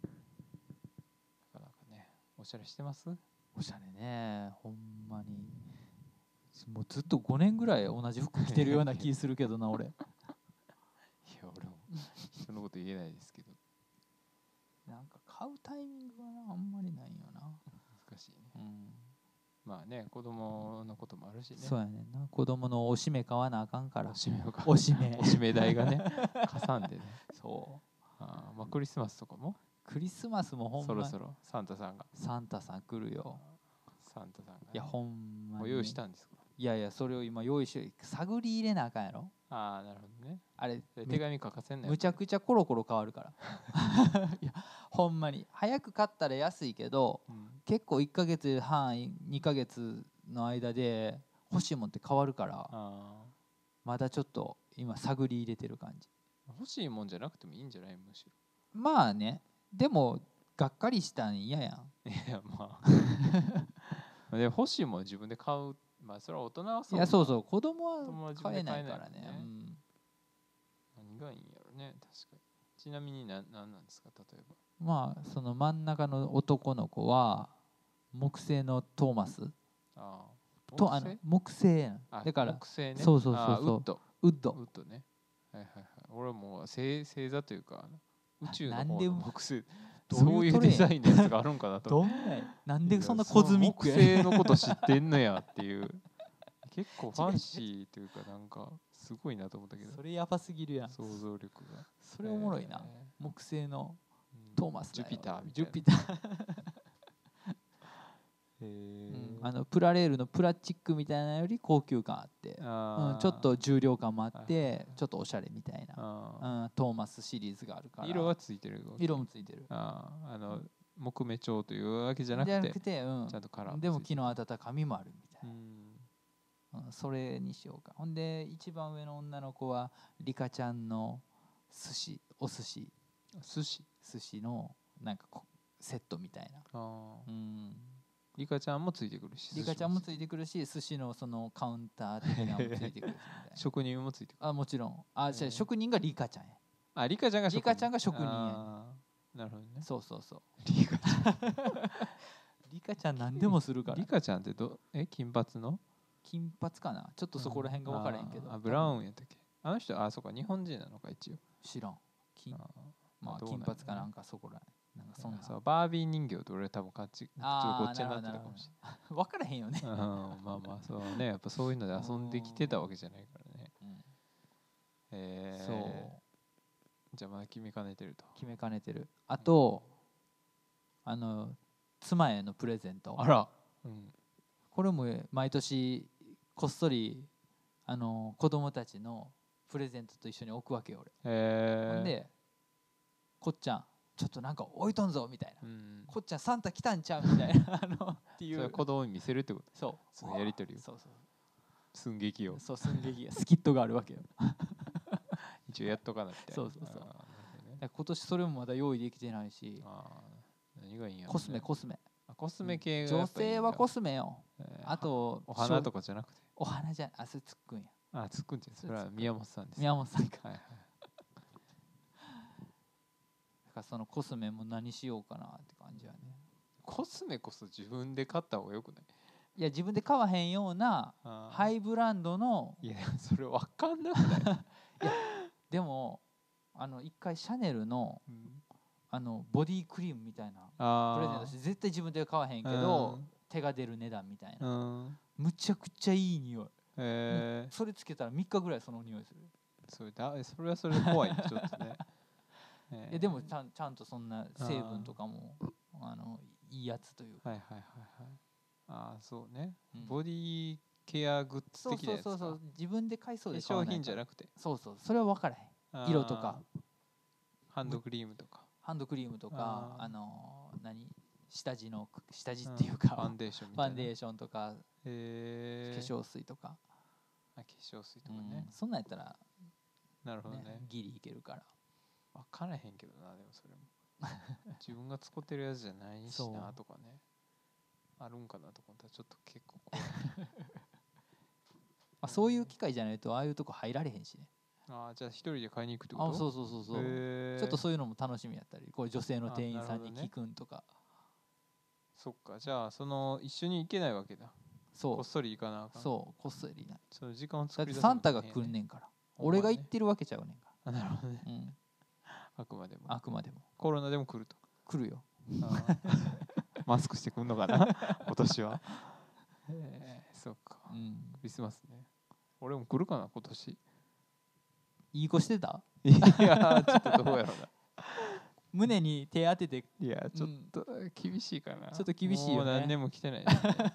から。なかなかねおしゃれしてます？ おしゃれね、ほんまにもうずっと5年ぐらい同じ服着てるような気するけどな俺。いや俺もそのこと言えないですけど、 なんか買うタイミングはなあんまりないよな。 難しいね。まあね子供のこともあるしね。 そうやねんな、子供のおしめ買わなあかんから。 おしめ代がねかさんでね。 そうまあクリスマスとかもクリスマスもほんまそろそろサンタさん来るよ。 サンタさんが、ね、 いやほんまに、 もう用意したんですか？いやそれを今用意して探り入れなあかんやろ。 なるほどね。 あれ手紙書かせんねん。 むちゃくちゃコロコロ変わるからいやほんまに早く買ったら安いけど、結構1ヶ月半2ヶ月の間で欲しいもんって変わるから、まだちょっと今探り入れてる感じ。 欲しいもんじゃなくてもいいんじゃない？むしろまあね、でもがっかりしたん嫌やん。 いやまあで欲しいもん自分で買う、 まあそれは大人はそういやそうそう子供は子供は自分買えで買えないないからね。 もんね何がいいんやろね確かに。ちなみに何なんですか例えば。 まあその真ん中の男の子は木製のトーマスああと木製やんあだから木製ね。 そうそうそうそうウッドウッドウッドね。はいはいはい。俺はもう星座というか宇宙の方なんでの木星どそういうデザインのやつがあるんかなと。 どんななんでそんなコズミック木星のこと知ってんのやっていう結構ファンシーというかなんかすごいなと思ったけど。 それやばすぎるやん。 想像力が。 それおもろいな。木星のトーマスジュピターみたいな。 ジュピタープラレールのプラスチックみたいなより高級感あって、ちょっと重量感もあってちょっとおしゃれみたいな、トーマスシリーズがあるから。 色はついてる。 色もついてる。 木目調というわけじゃなくてちゃんとカラーでも木の温かみもあるみたいな。 それにしようか。ほんで一番上の女の子はリカちゃんのお寿司のなんかセットみたいな。 リカちゃんもついてくるし。 リカちゃんもついてくるし、寿司のそのカウンター的なのもついてくるしみたいな。 職人もついてくる。 もちろん。職人がリカちゃんや。 リカちゃんが職人や。 なるほどね。 そうそうそう。 リカちゃんリカちゃん何でもするから。 リカちゃんって金髪の？ 金髪かな。ちょっとそこら辺が分からへんけど。 ブラウンやったっけ？あの人そうか日本人なのか一応。 知らん。まあ金髪かなんかそこら辺。なんかそんな。 バービー人形と俺多分こっちになってたかもしれない。 分からへんよね。 まあまあそうねやっぱそういうので遊んできてたわけじゃないからね。そう。じゃあまだ決めかねてると。 決めかねてる。あと妻へのプレゼント。 あら。 これも毎年こっそり子供たちのプレゼントと一緒に置くわけよ俺。ほんでこっちゃんちょっとなんか置いとんぞみたいな、こっちゃんサンタ来たんちゃうみたいなっていう。 それ子供に見せるってこと。 そうそのやり取りを。 そうそう寸劇を。 そう寸劇がスキットがあるわけよ一応やっとかなみたいな。 そうそうそう。今年それもまだ用意できてないし。 何がいいんやろ。 コスメコスメ系が女性はコスメよ。あとお花とかじゃなくて。 お花じゃそれつっくんや。 つっくんってそれは宮本さんです。 宮本さんか。そのコスメも何しようかなって感じやね。 コスメこそ自分で買った方がよくない？ いや自分で買わへんようなハイブランドの。 いやそれ分かんなくない？いやでも一回シャネルのボディクリームみたいなプレゼントして絶対自分で買わへんけど手が出る値段みたいな。むちゃくちゃいい匂い。それつけたら3日ぐらいその匂いする。 それはそれで怖いちょっとね。 でもちゃんとそんな成分とかもいいやつというか。 そうね。ボディケアグッズ的なやつ。 そう自分で買いそうで化粧品じゃなくて。 そうそれは分からへん。色とかハンドクリームとか下地っていうかファンデーションみたいな。 ファンデーションとか化粧水とか。 化粧水とかね。 そんなんやったらなるほどね。 ギリいけるから。 分からへんけどなでもそれも自分が使ってるやつじゃないしなとかねあるんかなとか思ったらちょっと結構怖いそういう機会じゃないとああいうとこ入られへんしね。 じゃあ一人で買いに行くってこと？ そうちょっとそういうのも楽しみやったりこれ女性の店員さんに聞くんとか。 そっかじゃあ一緒に行けないわけだ。こっそり行かなあかん。 こっそりな。 その時間を作り出す。 だってサンタが来んねんから俺が行ってるわけちゃうねんから。なるほどね。あくまでもコロナでも来ると。 来るよ。 マスクしてくんのかな今年は。そっか。クリスマスね。俺も来るかな今年。 いい子してた？ いやちょっとどうやろうな。 胸に手当てて。 いやちょっと厳しいかな。 ちょっと厳しいよね。 もう何年も来てない。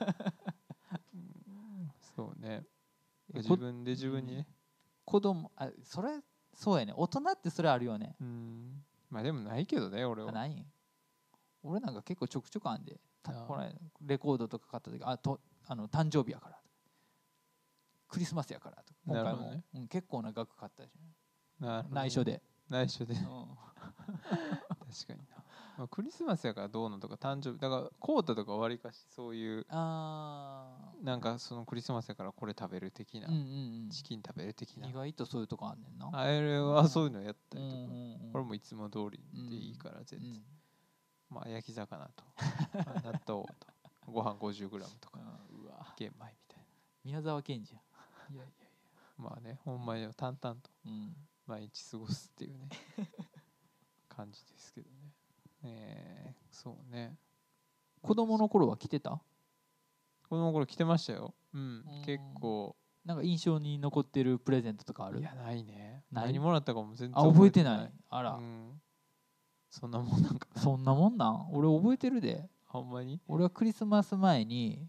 そうね。自分にね。 子供そうやね。大人ってそれあるよね。 まあでもないけどね俺は。 ない俺なんか結構ちょくちょくあんでこのレコードとか買った時誕生日やからクリスマスやからとか今回も結構な額買ったし内緒で。 確かにな。 まあ、クリスマスやからどうのとか誕生日だからコータとかわりかしそういうなんかそのクリスマスやからこれ食べる的な、チキン食べる的な意外とそういうとこあんねんな。 あれはそういうのやったりとか、これもいつも通りでいいから全然、まあ焼き魚と納豆とご飯 50g とか玄米みたいな。 宮沢賢治や。 いやいやいや、まあね、ほんまに淡々と毎日過ごすっていうね感じですけどね。そうね。 子供の頃は来てた？ 子供の頃来てましたよ。結構。 なんか印象に残ってるプレゼントとかある？ いや、ないね。何もらったかも全然覚えてない。あら、 そんなもんなんかな。 そんなもんなん？俺覚えてるで。 ほんまに？ 俺はクリスマス前に、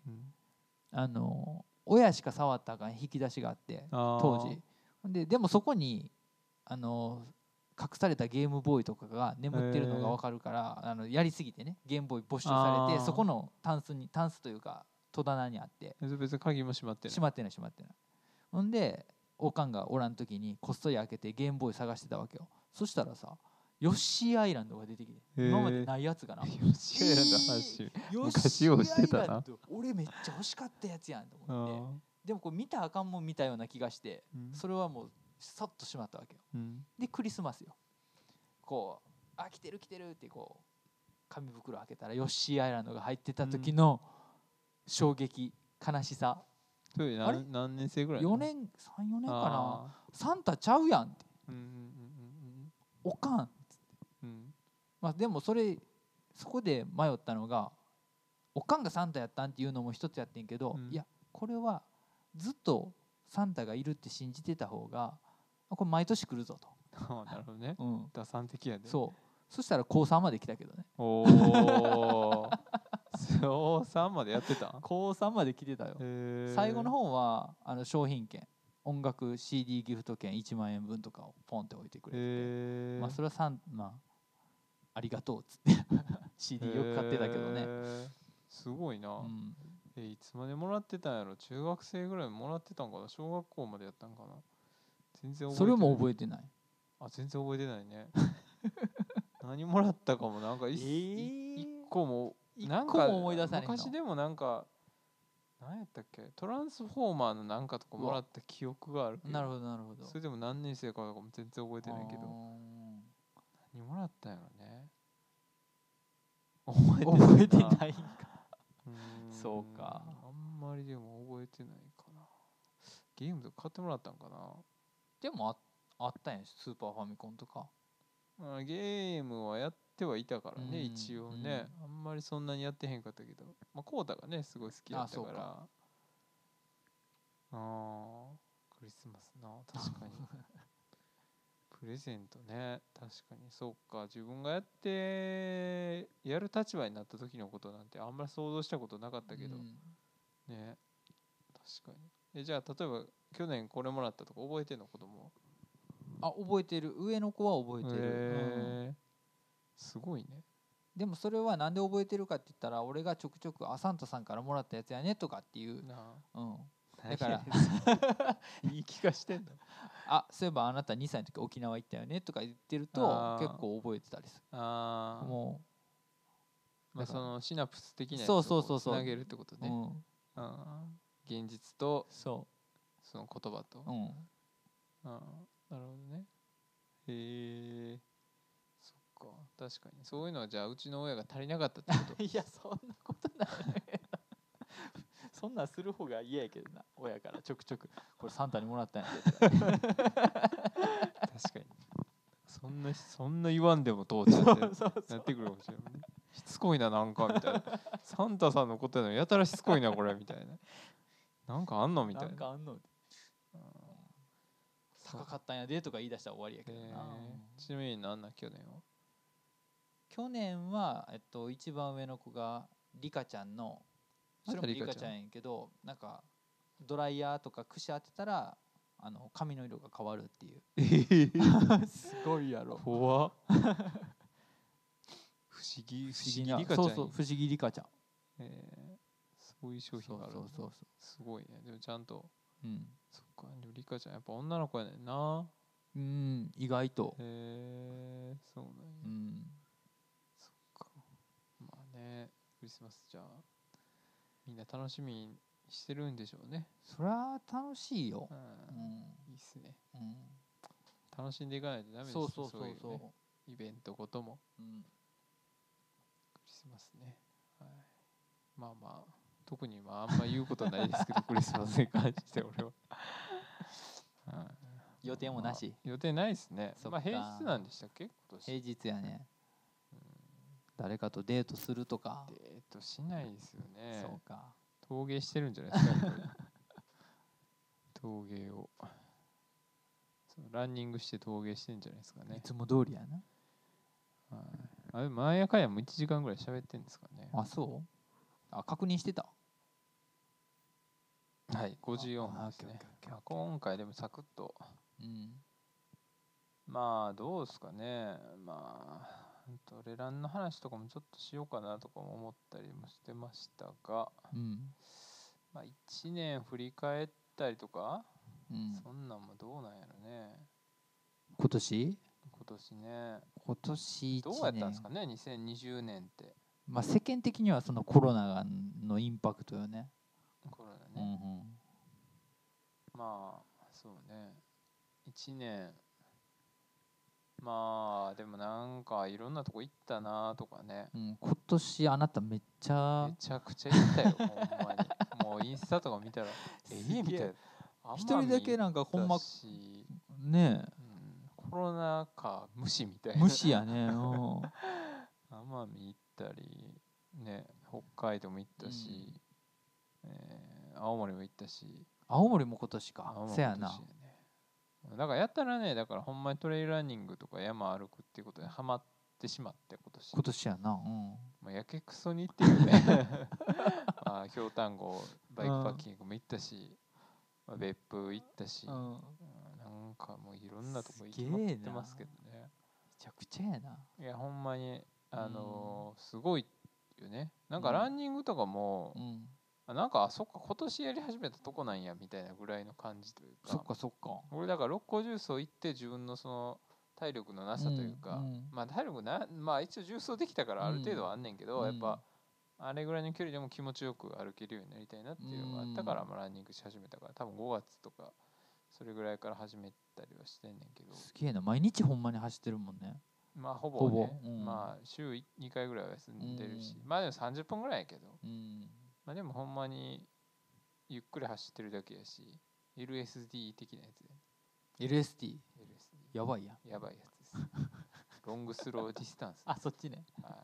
親しか触ったらあかん引き出しがあって当時でもそこに隠されたゲームボーイとかが眠ってるのが分かるからやりすぎてね、ゲームボーイ没収されてそこのタンスというか戸棚にあって、 別に鍵も閉まってない。 閉まってない。ほんでおかんがおらん時にこっそり開けてゲームボーイ探してたわけよ。そしたらさ、ヨッシーアイランドが出てきて、今までないやつがな。ヨッシーアイランド話、昔をしてたな。 俺めっちゃ欲しかったやつやんと思って、でもこれ見たらあかんもん見たような気がして、それはもうさっとしまったわけよ。でクリスマスよ、こう来てる来てるってこう紙袋開けたらヨッシーアイランドが入ってた時の衝撃、悲しさ。 それ何年生ぐらい ？4年、3、4年かな。サンタちゃうやんって、おかんっつって、まあでもそこで迷ったのが、おかんがサンタやったんっていうのも一つやってんけど、いやこれはずっとサンタがいるって信じてた方がこれ毎年来るぞと。 なるほどね。打算的やで。 そしたら高3まで来たけどね。 おお高3までやってた？ 高3まで来てたよ。最後の方は商品券、音楽 CD ギフト券1万円分とかをポンって置いてくれて、まあそれはありがとうっつって CD よく買ってたけどね。 すごいな。いつまでもらってたんやろ？中学生ぐらいもらってたんかな？小学校までやったんかな？全然覚えてない。 それも覚えてない。 全然覚えてないね何もらったかもなんか一個もなんか思い出さないの。 昔でもなんか何やったっけ、トランスフォーマーのなんかとかもらった記憶があるけど。 なるほどなるほど。 それでも何年生かとかも全然覚えてないけど、何もらったんやろね。 覚えてないんかそうか。 あんまりでも覚えてないかな。ゲームとか買ってもらったんかな。 でもあったんや、スーパーファミコンとか。 ゲームはやってはいたからね、一応ね。あんまりそんなにやってへんかったけど、コウタがねすごい好きやったから。クリスマスな、確かにプレゼントね、確かにそうか。自分がやる立場になった時のことなんてあんまり想像したことなかったけど、ね、確かに。じゃあ例えば去年これもらったとか覚えてんの？子供覚えてる。上の子は覚えてる。 すごいね。 でもそれはなんで覚えてるかって言ったら、俺がちょくちょくサンタさんからもらったやつやねとかっていうだから言い聞かしてんのそういえばあなた2歳の時沖縄行ったよねとか言ってると結構覚えてたりする。もうそのシナプス的なやつをつなげるってことね。現実とその言葉と。なるほどね。そっか、確かにそういうのはじゃあうちの親が足りなかったってこと？ いやそんなことないそんなんする方が嫌やけどな、親からちょくちょくこれサンタにもらったんやでとか確かにそんな言わんでも父ちゃんってなってくるかもしれないね。しつこいななんかみたいなサンタさんのことやのやたらしつこいなこれみたいな、なんかあんのみたいな。 なんかあんの高かったんやでとか言い出したら終わりやけどな。 ちなみに何なん去年は一番上の子がリカちゃんの、それもリカちゃんやけど、なんかドライヤーとか櫛当てたら髪の色が変わるっていう。すごいやろ。 怖っ不思議リカちゃん。 そう不思議リカちゃん。 そういう商品がある。すごいね。でもちゃんと。そっか。でもリカちゃんやっぱ女の子やねんな。意外と。 そうなんや。そっね。クリスマスじゃあみんな楽しみにしてるんでしょうね。 そりゃ楽しいよ、 いいっすね、 うん楽しんでいかないとダメですね。そういうねイベントごとも、クリスマスね、はい、まあまあ特にあんま言うことないですけどクリスマスに関して俺は予定もなし、 予定ないですね。まあ平日なんでしたっけ今年。 平日やね、誰かとデートするとか。 デートしないですよね。 そうか、 陶芸してるんじゃないですか陶芸をランニングして陶芸してんじゃないですかね。 いつも通りやな。 あれ前やかやも1時間ぐらい喋ってんですかね。 あ、そう。あ、確認してた。 はい、54分ですね。今回でもサクッと、まあどうですかね。まあトレランの話とかもちょっとしようかなとかも思ったりもしてましたが、まあ1年振り返ったりとか、そんなんもどうなんやろね。 今年ね。 今年どうやったんですかね、2020年って。 まあ世間的にはそのコロナのインパクトよね。 コロナね。まあそうね。1年。まあでもなんかいろんなとこ行ったなとかね、 今年あなためちゃくちゃ行ったよほんまに。もうインスタとか見たらみたいな。 一人だけなんかほんまねえ、 コロナ禍無視みたいな。 無視やね。 奄美行ったりね、北海道も行ったし、青森も行ったし。 青森も今年か。せやな。 だからやったらね、だからほんまにトレイルランニングとか山歩くっていうことにハマってしまって今年やな。 まあやけくそに行ってるよねまあ京丹後バイクパッキングも行ったし、別府行ったし、なんかもういろんなとこ行きまくってますけどね。めちゃくちゃやな。 いやほんまにすごいよね。なんかランニングとかも、なんかそっか今年やり始めたとこなんやみたいなぐらいの感じというか。 そっか俺だから六甲重曹行って自分のその体力のなさというか、まあ体力まあ一応重曹できたからある程度はあんねんけど、やっぱあれぐらいの距離でも気持ちよく歩けるようになりたいなっていうのがあったから、まあランニングし始めたから、多分5月とかそれぐらいから始めたりはしてんねんけど。 すげえな、毎日ほんまに走ってるもんね。 まあほぼね、まあ週2回ぐらいは休んでるし、まあでも30分ぐらいやけど、まあでもほんまにゆっくり走ってるだけやし、LSD 的なやつで。 LSD やばいやん。 やばいやつです。ロングスローディスタンス。 あ、そっちね。 はい。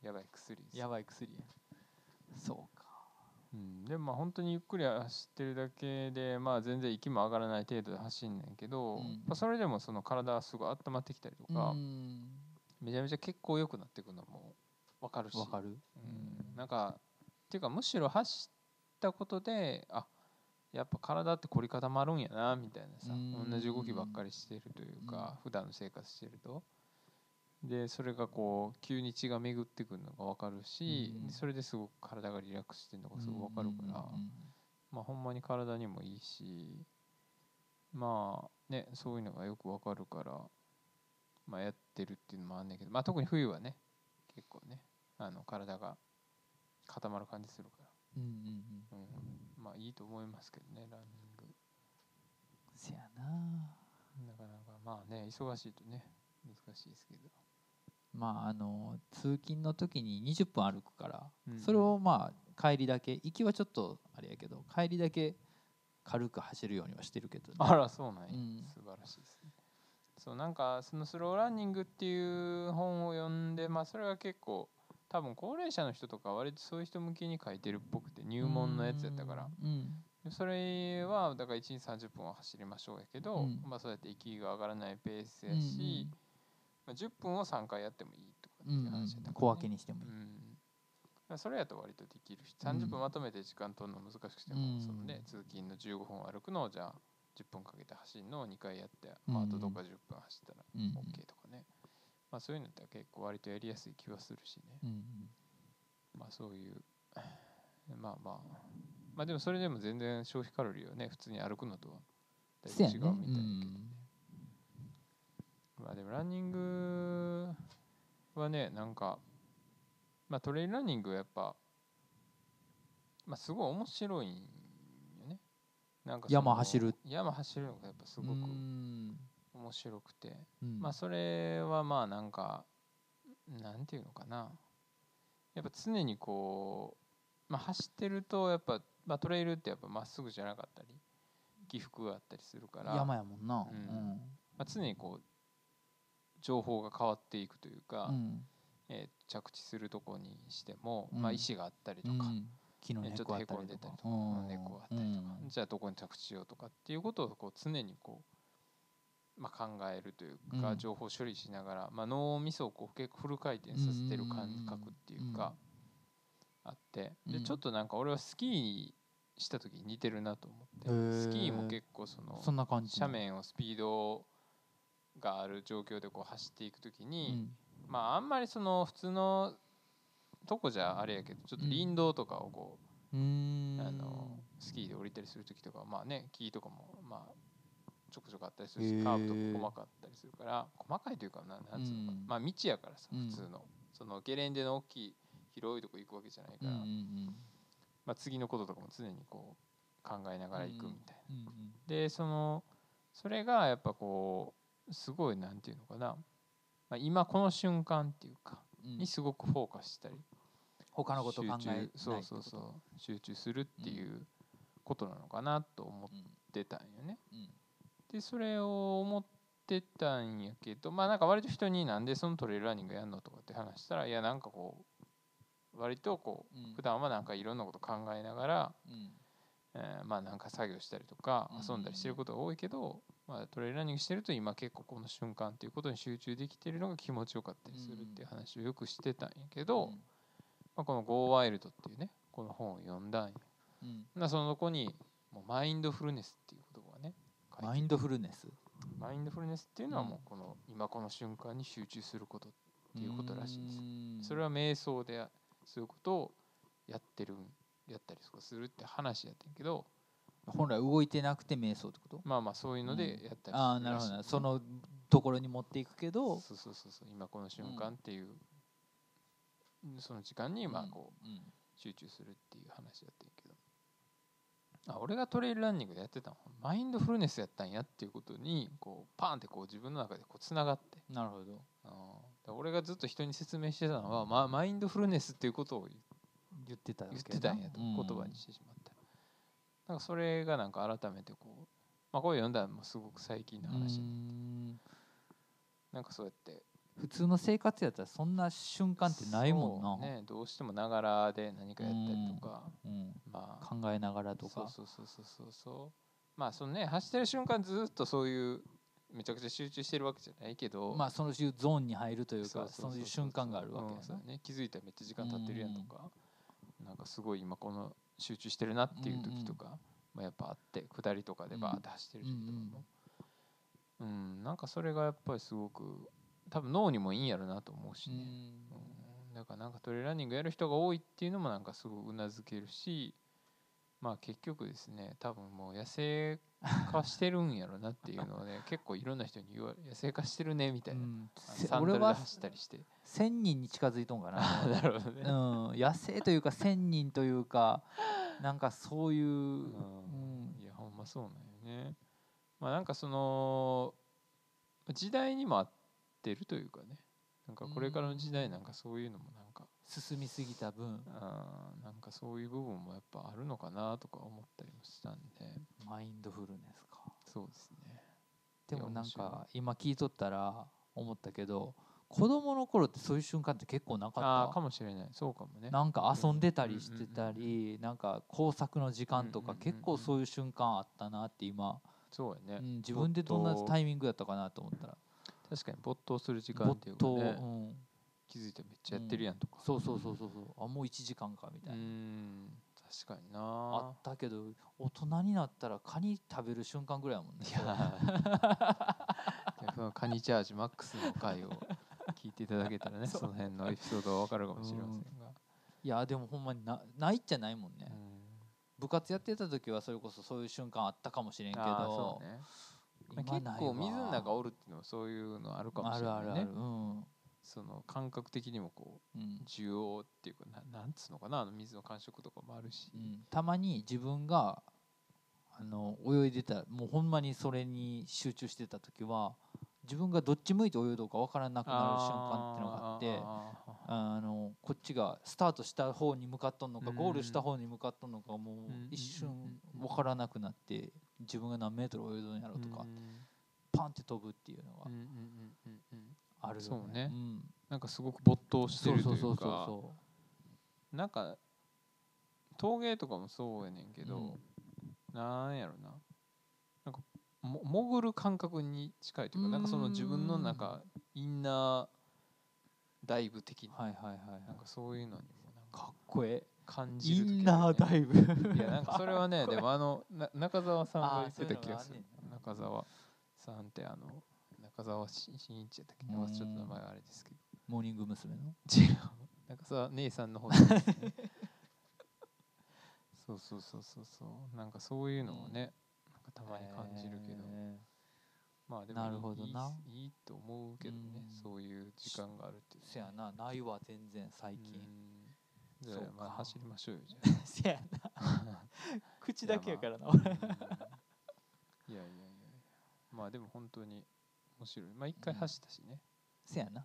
やばい薬です。 やばい薬や。そうか。 でもまあ本当にゆっくり走ってるだけで、まあ全然息も上がらない程度で走んねんけど、それでもその体はすごい温まってきたりとか、めちゃめちゃ血行良くなってくるのも分かるし。 分かる。 なんかっていうかむしろ走ったことで、あ、やっぱ体って凝り固まるんやなみたいなさ、同じ動きばっかりしてるというか、普段の生活してると、でそれがこう急に血が巡ってくるのが分かるし、それですごく体がリラックスしてるのがすごく分かるから、まあほんまに体にもいいし、まあねそういうのがよく分かるから、まあやってるっていうのもあんねんけど、まあ特に冬はね結構ね体が固まる感じするから、まあいいと思いますけどね、ランニング。 せやな。 なかなかまあね忙しいとね難しいですけど、 まあ通勤の時に20分歩くから、それをまあ帰りだけ、行きはちょっとあれやけど帰りだけ軽く走るようにはしてるけどね。 あらそうなんや、素晴らしいですね。そうなんかそのスローランニングっていう本を読んで、まあそれは結構多分高齢者の人とか割とそういう人向けに書いてるっぽくて、入門のやつやったから、それはだから1日30分は走りましょうやけど、まあそうやって息が上がらないペースやし、10分を3回やってもいいとかっていう話だったから、 小分けにしてもいい、 それやと割とできるし、30分まとめて時間取るの難しくても、そのね通勤の15分歩くのをじゃあ10分かけて走るのを2回やって、まあ、あとどっか10分走ったら OK とかね、まあそういうのって結構割とやりやすい気はするしね、まあそういうまあでもそれでも全然消費カロリーはね普通に歩くのとはだいぶ違うみたいだけどね。まあでもランニングはねなんかまあトレイルランニングはやっぱ、まあ、すごい面白いんよね。なんか山走るのがやっぱすごく面白くて、まあそれはまあなんかなんていうのかな、やっぱ常にこう、まあ、走ってるとやっぱ、まあ、トレイルってやっぱまっすぐじゃなかったり起伏があったりするから山やもんな、 まあ、常にこう情報が変わっていくというか、着地するとこにしても、まあ、石があったりとか、 木の根っこあったりとか、 ちょっとへこんでたりとか、根っこがあったりとか、じゃあどこに着地しようとかっていうことをこう常にこう、まあ、考えるというか、情報処理しながら、まあ、脳みそをこう結構フル回転させてる感覚っていうか、あって、でちょっとなんか俺はスキーした時に似てるなと思って、スキーも結構その斜面をスピードがある状況でこう走っていく時に、まああんまりその普通のとこじゃあれやけどちょっと林道とかをこう、スキーで降りたりする時とかまあね木とかもまあちょくちょくあったりするし、カーブとか細かったりするから、細かいというかなんつうのかな、まあ道やからさ、普通のそのゲレンデの大きい広いとこ行くわけじゃないから、まあ、次のこととかも常にこう考えながら行くみたいな。でそれがやっぱこうすごいなんていうのかな、まあ、今この瞬間っていうかにすごくフォーカスしたり、 他のこと考えないってこと、 集中するっていうことなのかなと思ってたんよね。でそれを思ってたんやけど、まあなんか割と人になんでそのトレイルランニングやんのとかって話したら、いやなんかこう割とこう普段はなんかいろんなこと考えながら、まあなんか作業したりとか遊んだりしてることが多いけど、まあトレイルランニングしてると今結構この瞬間っていうことに集中できてるのが気持ちよかったりするっていう話をよくしてたんやけど、まあ、この Go Wild っていうねこの本を読んだんや。その子にもうマインドフルネスっていう言葉がね、 マインドフルネスっていうのはもうこの今この瞬間に集中することっていうことらしいです。それは瞑想でそういうことをやったりするって話やってんけど、 本来動いてなくて瞑想ってこと？ まあまあそういうのでやったりするらしい、 ああなるほど、そのところに持っていくけど、 そう今この瞬間っていう、その時間にまあこう集中するっていう話やってんけど、俺がトレイルランニングでやってたのはマインドフルネスやったんやっていうことにこうパーンってこう自分の中でこうつながって、 なるほど、 俺がずっと人に説明してたのは、マインドフルネスっていうことを言ってたんやと言葉にしてしまった。なんかそれがなんか改めてこう、まあこれ読んだらもうすごく最近の話。なんかそうやって普通の生活やったらそんな瞬間ってないもんな。 ね、どうしてもながらで何かやったりとか、 まあ考えながらとか、 まあそのね走ってる瞬間ずっとそういうめちゃくちゃ集中してるわけじゃないけど、 まあそのゾーンに入るというか、そういう瞬間があるわけやね。気づいたらめっちゃ時間経ってるやんとか、なんかすごい今この集中してるなっていう時とか、まあやっぱあって、下りとかでバーって走ってる時とかも、なんかそれがやっぱりすごく多分脳にもいいんやろなと思うしね。だからなんかトレイルランニングやる人が多いっていうのもなんかすごいうなずけるし、まあ結局ですね、多分もう野生化してるんやろなっていうのをね結構いろんな人に言われ、野生化してるねみたいな、サンダルで走ったりして 1000人に近づいとんかななるほどね、 野生というか1000人というかなんかそういう、 いやほんまそうなんよね。まあなんかその時代にも合ってるというかね、なんかこれからの時代なんかそういうのもなんか進みすぎた分、 なんかそういう部分もやっぱあるのかなとか思ったりもしたんで。 マインドフルネスか。 そうですね。 でもなんか今聞いとったら思ったけど、子供の頃ってそういう瞬間って結構なかった。 かもしれない。そうかもね。 なんか遊んでたりしてたり、なんか工作の時間とか結構そういう瞬間あったなって今。 そうやね。 自分でどんなタイミングやったかなと思ったら。 確かに没頭する時間っていうかね。気づいてめっちゃやってるやんとか。 そう。もう1時間かみたいな。 確かにな。 あったけど大人になったらカニ食べる瞬間ぐらいやもんね。いやカニチャージマックスの回を聞いていただけたらねその辺のエピソードは分かるかもしれませんが、 いやでもほんまにないっちゃないもんね。部活やってた時はそれこそそういう瞬間あったかもしれんけど、 結構水の中おるっていうのはそういうのあるかもしれないね。 その感覚的にもこう需要っていうかなんつうのかな、水の感触とかもあるし、 たまに自分が泳いでた、もうほんまにそれに集中してた時は自分がどっち向いて泳いどうか分からなくなる瞬間っていうのがあって、こっちがスタートした方に向かっとんのかゴールした方に向かっとんのかもう一瞬分からなくなって、自分が何メートル泳いどんやろうとかパンって飛ぶっていうのがあるよね。 そうね、なんかすごく没頭してるというか、なんか陶芸とかもそうやねんけど、なんやろな、なんか潜る感覚に近いというか、なんかその自分のなんかインナーダイブ的な、なんかそういうのにもなんかかっこええ感じる時、 インナーダイブいやなんかそれはねでも中澤さんが言ってた気がする。中澤さんって中澤真一やったっけ、ちょっと名前あれですけど、 モーニング娘。の違う、中澤姉さんの方ですねそうなんかそういうのをね、なんかたまに感じるけど、まあでもいいと思うけどね、そういう時間があるっていう。 せやな、ないわ全然最近。 じゃあまあ走りましょうよじゃあ。 せやな口だけやからな俺。いやまあでも本当に面白い。まあ一回走ったしね。 せやな。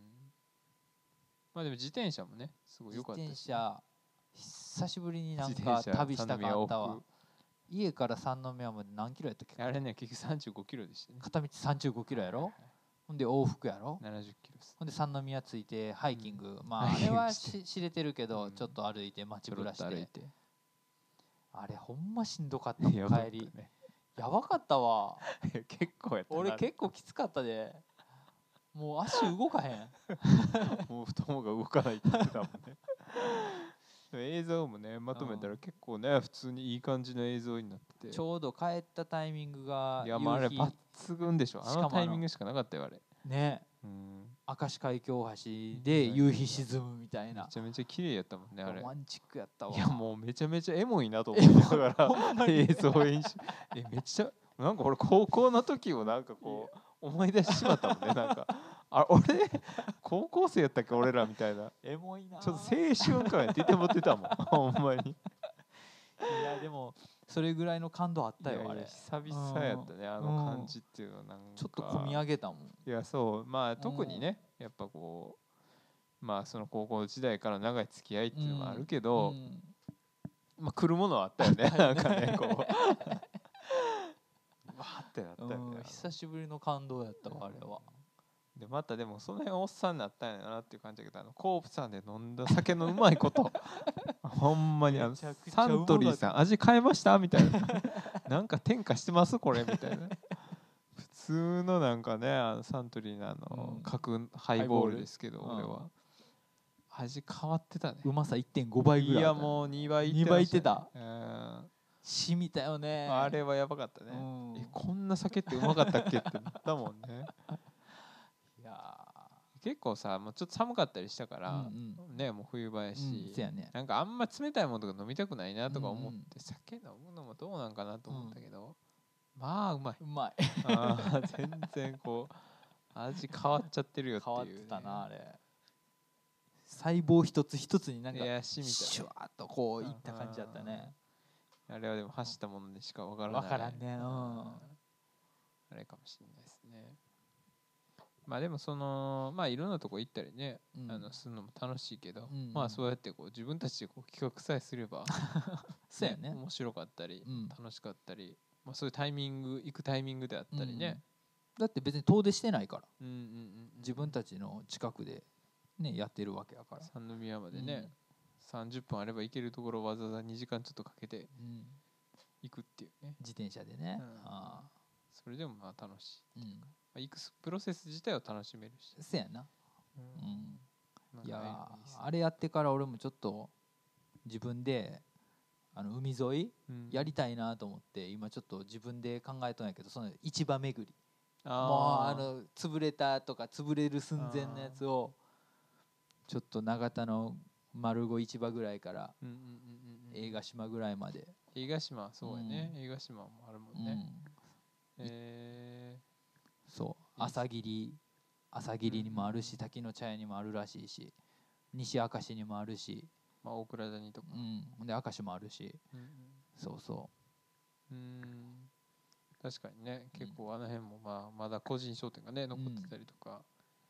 まあでも自転車もねすごい良かったし。 自転車久しぶりになんか旅したかったわ。家から三宮まで何キロやったっけ。 あれね結局35キロでしたね。 片道35キロやろ。ほんで往復やろ。 70キロです。 ほんで三宮着いてハイキング、まああれは知れてるけど、ちょっと歩いて街ぶらして、あれほんましんどかったもん帰り。やばかったわ結構やったな。 俺結構きつかったで、もう足動かへんもう太ももが動かないって言ってたもんね映像もねまとめたら結構ね普通にいい感じの映像になってて、 ちょうど帰ったタイミングがいやまああれ抜群でしょ。あのタイミングしかなかったよあれね。明石海峡大橋で夕日沈むみたいな、 めちゃめちゃ綺麗やったもんねあれ。 ロマンチックやったわ。 いやもうめちゃめちゃエモいなと思いながら映像演習めっちゃなんか俺高校の時をなんかこう思い出してしまったもんね。なんか俺高校生やったっけ俺らみたいな、 エモいな、 ちょっと青春感やって思ってたもんほんまに。 いやでもそれぐらいの感動あったよ。あれ久々やったねあの感じっていうのは。なんかちょっと込み上げたもん。 いやそうまあ特にねやっぱこうまあその高校時代から長い付き合いっていうのもあるけど、まあ来るものはあったよねなんかねこうわーってなったよね。 久しぶりの感動やったわあれは。 でまたでもその辺おっさんになったんやなっていう感じだけど、コープさんで飲んだ酒のうまいことほんまにサントリーさん味変えましたみたいななんか添加してますこれみたいな普通のなんかねサントリーの角ハイボールですけど、俺は味変わってたね。 うまさ 1.5 倍ぐらい。 いやもう2倍いってた。 染みたよねあれはやばかったね。こんな酒ってうまかったっけってなったもんねいや結構さもうちょっと寒かったりしたからね、もう冬場やし、なんかあんま冷たいものとか飲みたくないなとか思って酒飲むのもどうなんかなと思ったけど、まあうまい全然こう味変わっちゃってるよっていう。 変わってたなあれ。細胞一つ一つになんかシュワッとこういった感じだったね。 あれはでも走ったものでしか分からない。 分からんね。 あれかもしれないですね。まあでもそのまあいろんなとこ行ったりね、するのも楽しいけど、まあそうやってこう自分たちでこう企画さえすればそうやね、 面白かったり楽しかったり、まあそういうタイミング行くタイミングであったりね。 だって別に遠出してないから、自分たちの近くでねやってるわけやから。 三宮までね、30分あれば行けるところわざわざ2時間ちょっとかけて行くっていうね、 自転車でね。 それでもまあ楽しい、行くプロセス自体を楽しめるし。 そやな。いやあれやってから俺もちょっと自分で海沿いやりたいなと思って今ちょっと自分で考えとんやけど、その市場巡り、もう潰れたとか潰れる寸前のやつをちょっと長田の丸子市場ぐらいから映画島ぐらいまで。 映画島そうやね、映画島もあるもんね。 そう朝霧朝霧にもあるし、滝の茶屋にもあるらしいし、西明石にもあるし、 まあ大倉谷とか、 で明石もあるし、そうそう。 確かにね、結構あの辺もまあまだ個人商店がね残ってたりとか、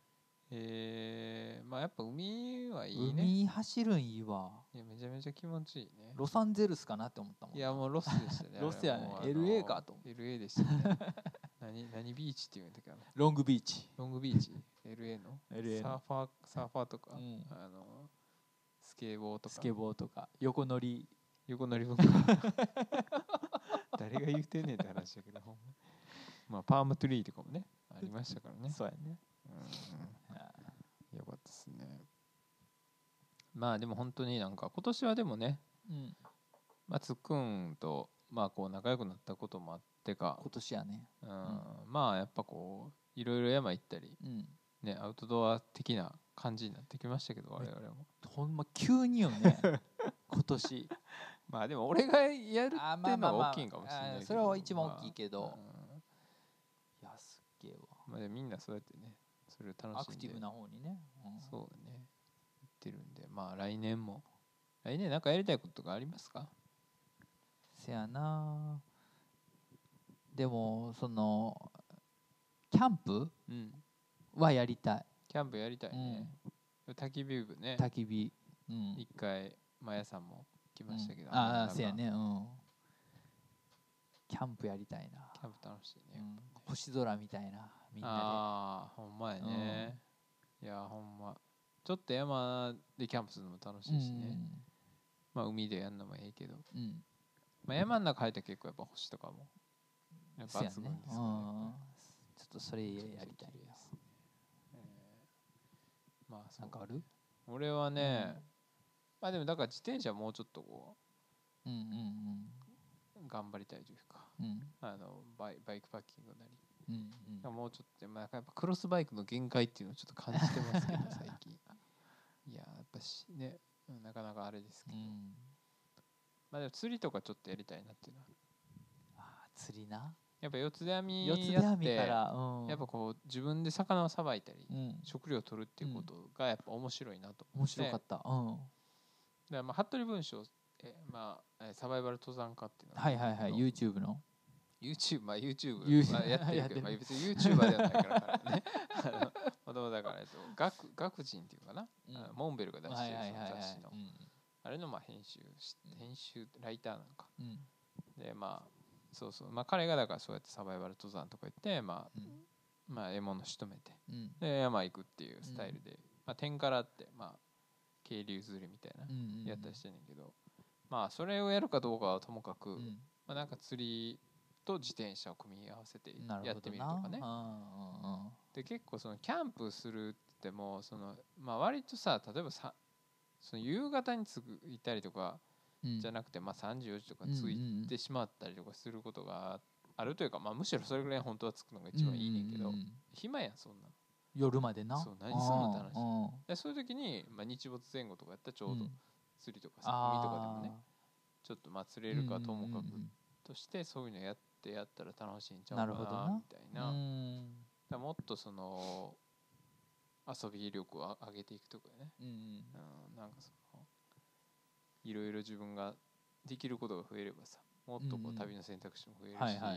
まあやっぱ海はいいね。 海走るんいいわ。 いやめちゃめちゃ気持ちいいね。 ロサンゼルスかなって思ったもん。 いやもうロスでしたね。 ロスやね。LA かと。 LA でしたね。何ビーチっていうんだっけ、 ロングビーチ。 ロングビーチ LA の LA サーファーとか、スケボーとか横乗り文化誰が言うてんねんって話だけど、まあパームトゥリーとかもねありましたからね。 そうやね。 よかったですね。まあでも本当になんか今年はでもね、まあつっくんとまあこう仲良くなったこともあってか、 今年やね。 まあやっぱこういろいろ山行ったり、ね、アウトドア的な感じになってきましたけど、我々もほんま急によね今年。 まあでも俺がやるっていうのが大きいんかもしれないけど、 それは一番大きいけど、いやすっげえわ。 まあでもみんなそうやってね、それを楽しんでアクティブな方にね、 そうね言ってるんで、まあ来年なんかやりたいことがありますか？ せやな。でもそのキャンプはやりたい。 キャンプやりたいね。焚き火部ね。 焚き火。 一回マヤさんも来ましたけど。 ああせやね。キャンプやりたいな。 キャンプ楽しいね。 星空みたいなみんなで。 ああほんまやね。いやほんま。ちょっと山でキャンプするのも楽しいしね。まあ海でやるのもいいけど。まあ山の中入ったら結構やっぱ星とかもやっぱ抜群ですよね。 ちょっとそれやりたいです。 まあなんかある？ 俺はね、まあでもだから自転車もうちょっとこう頑張りたいというか、バイクパッキングなり、もうちょっとまあやっぱクロスバイクの限界っていうのをちょっと感じてますけど最近。いややっぱしねなかなかあれですけど、まあでも釣りとかちょっとやりたいなっていうのは。 釣りな。 やっぱ四つ手編みやってやっぱこう自分で魚をさばいたり、食料を取るっていうことがやっぱ面白いなと思って。 面白かった。だからまあ服部文章まあサバイバル登山家っていうのは YouTube の YouTube まあ YouTube やってるけど、まあ別に YouTuber ではないからね。もともとだから学人っていうかな、モンベルが出してる雑誌のあれのまあ編集ライターなんかで、まあそうまあ彼がだからそうやってサバイバル登山とか言ってまあ獲物仕留めてで山行くっていうスタイルで、まあ天からってまあ渓流釣りみたいなやったりしてんねんけど、まあそれをやるかどうかはともかく、まあなんか釣りと自転車を組み合わせてやってみるとかね。で結構そのキャンプするってもそのまあ割とさ、例えばその夕方に着いたりとかじゃなくて、まあ3時4時とか着いてしまったりとかすることがあるというか、まあむしろそれぐらい本当は着くのが一番いいねんけど、暇やんそんなの。 夜までな。 そう何すんのって話で、そういう時に、まあ、日没前後とかやったらちょうど釣りとかさ、海とかでもねちょっとまあ釣れるかともかくとしてそういうのやったら楽しいんちゃうかなみたいな。だもっとその遊び力を上げていくとかね、なんかそのいろいろ自分ができることが増えればさ、もっとこう旅の選択肢も増えるし、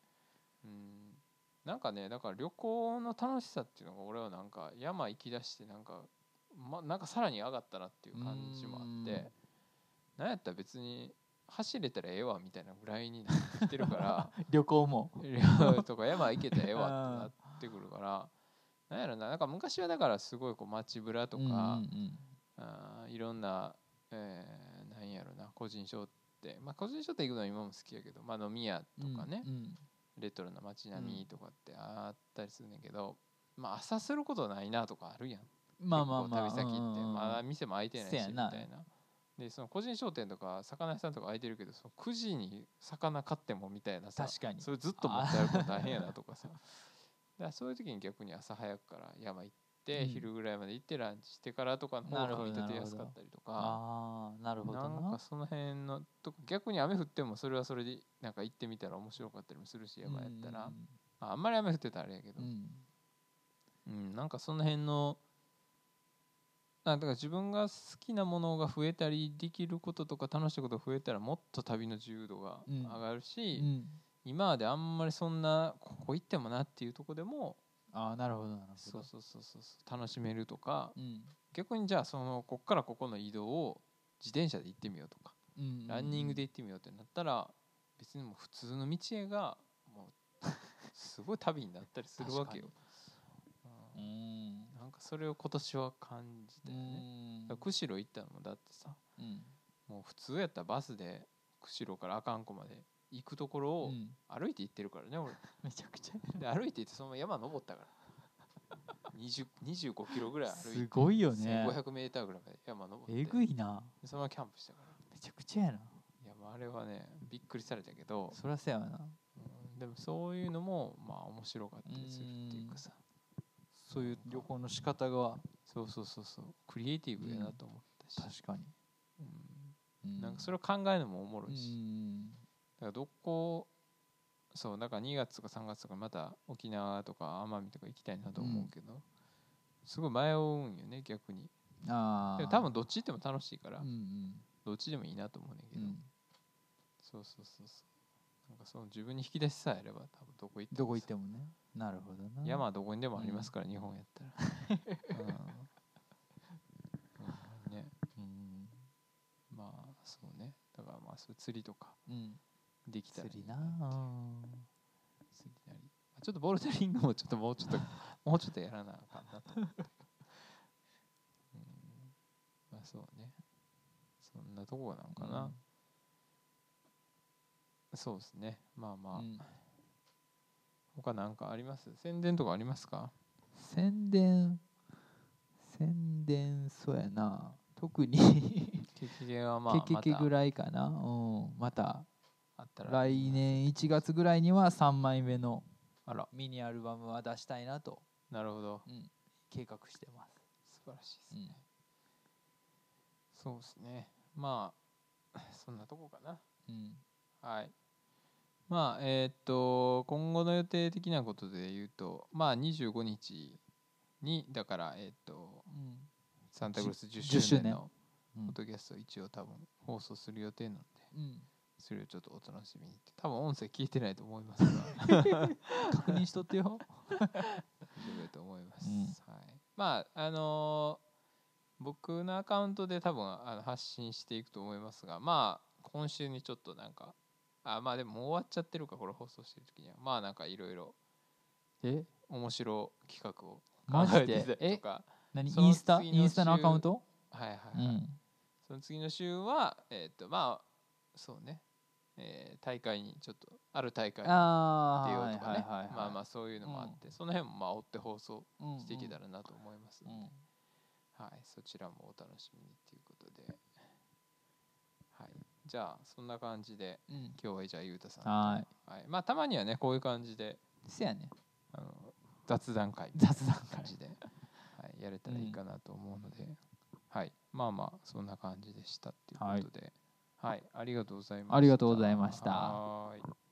なんかね、だから旅行の楽しさっていうのが俺はなんか山行き出してなんかさらに上がったなっていう感じもあって、なんやったら別に走れたらええわみたいなぐらいになってきてるから旅行もとか山行けたらええわってなってくるから、なんやろな、なんか昔はだからすごいこう街ブラとか、いろんな、なんやろな個人商店、まあ個人商店行くのは今も好きやけど、まあ飲み屋とかね、レトロな街並みとかってあったりするねんけど、まあ朝することないなとかあるやん。旅先ってまだ店も開いてないしみたいな。でその個人商店とか魚屋さんとか開いてるけど、その9時に魚買ってもみたいなさ、 確かにそれずっと持って歩くの大変やなとかさ。だからそういう時に逆に朝早くから山行って昼ぐらいまで行ってランチしてからとかの方が組み立てやすかったりとか、なんかその辺の逆に雨降ってもそれはそれでなんか行ってみたら面白かったりもするし、山やったらあんまり雨降ってたらあれやけど、 なんかその辺のだから自分が好きなものが増えたりできることとか楽しいことが増えたらもっと旅の自由度が上がるし、今まであんまりそんなここ行ってもなっていうとこでもなるほどなるほど、 そう楽しめるとか、逆にじゃあこっからここの移動を自転車で行ってみようとか、ランニングで行ってみようってなったら別にもう普通の道がもうすごい旅になったりするわけよ。なんかそれを今年は感じたよね。釧路行ったのもだってさ、もう普通やったらバスで釧路から阿寒湖まで行くところを歩いて行ってるからね、俺。 めちゃくちゃで歩いて行ってそのまま山登ったから25キロぐらい歩いて、 すごいよね、 1500メーターぐらいまで山登って、 えぐいな。 そのままキャンプしたから。 めちゃくちゃやな。 いやあれはねびっくりされたけど、 そりゃそうやな、 でもそういうのもまあ面白かったりするっていうかさ、 そういう旅行の仕方がそうクリエイティブやなと思ったし、 確かに、なんかそれを考えるのもおもろいし、だからだから2月とか3月とかまた沖縄とか奄美とか行きたいなと思うけど、すごい迷うんよね逆に。でも多分どっち行っても楽しいから、どっちでもいいなと思うねんけど、そうなんかその自分に引き出しさえあれば多分どこ行ってもね。なるほどな。 山はどこにでもありますから、日本やったらね、まあそうね、だからまあそういう釣りとかできたらいいなっていう。釣りなりちょっとボルダリングもちょっともうちょっとやらなあかんなと思ってまあそうね、そんなとこなんかな。そうですね、まあまあ、他なんかあります？宣伝とかありますか？ 宣伝そうやな、特にケケケはまあケケケぐらいかな。またあったら来年1月ぐらいには3枚目のミニアルバムは出したいなと。 なるほど、 計画してます。 素晴らしいですね。そうですね、まあそんなとこかな。はい。まあ今後の予定的なことで言うと、まあ25日にだからサンタクロース10周年のポッドキャストを一応多分放送する予定なので、それをちょっとお楽しみにって。多分音声聞いてないと思いますが確認しとってよ大丈夫だと思います。はい。まあ僕のアカウントで多分発信していくと思いますが、まあ今週にちょっとなんかまあでももう終わっちゃってるか、これ放送してる時には。まあなんかいろいろ面白企画を考えてたりとか。 何？インスタのアカウント？ はい。その次の週はまあそうね、大会にちょっとある大会に出ようとかね、まあまあそういうのもあって、その辺もまあ追って放送していけたらなと思いますので、はい、そちらもお楽しみにということで、はい、じゃあそんな感じで、今日はじゃあゆうたさんと、はい、まあたまにはねこういう感じで、 せやね、 雑談会みたいな感じで、はい、やれたらいいかなと思うので、はい、まあまあそんな感じでしたっていうことで、はい、ありがとうございました。 ありがとうございました。 はい。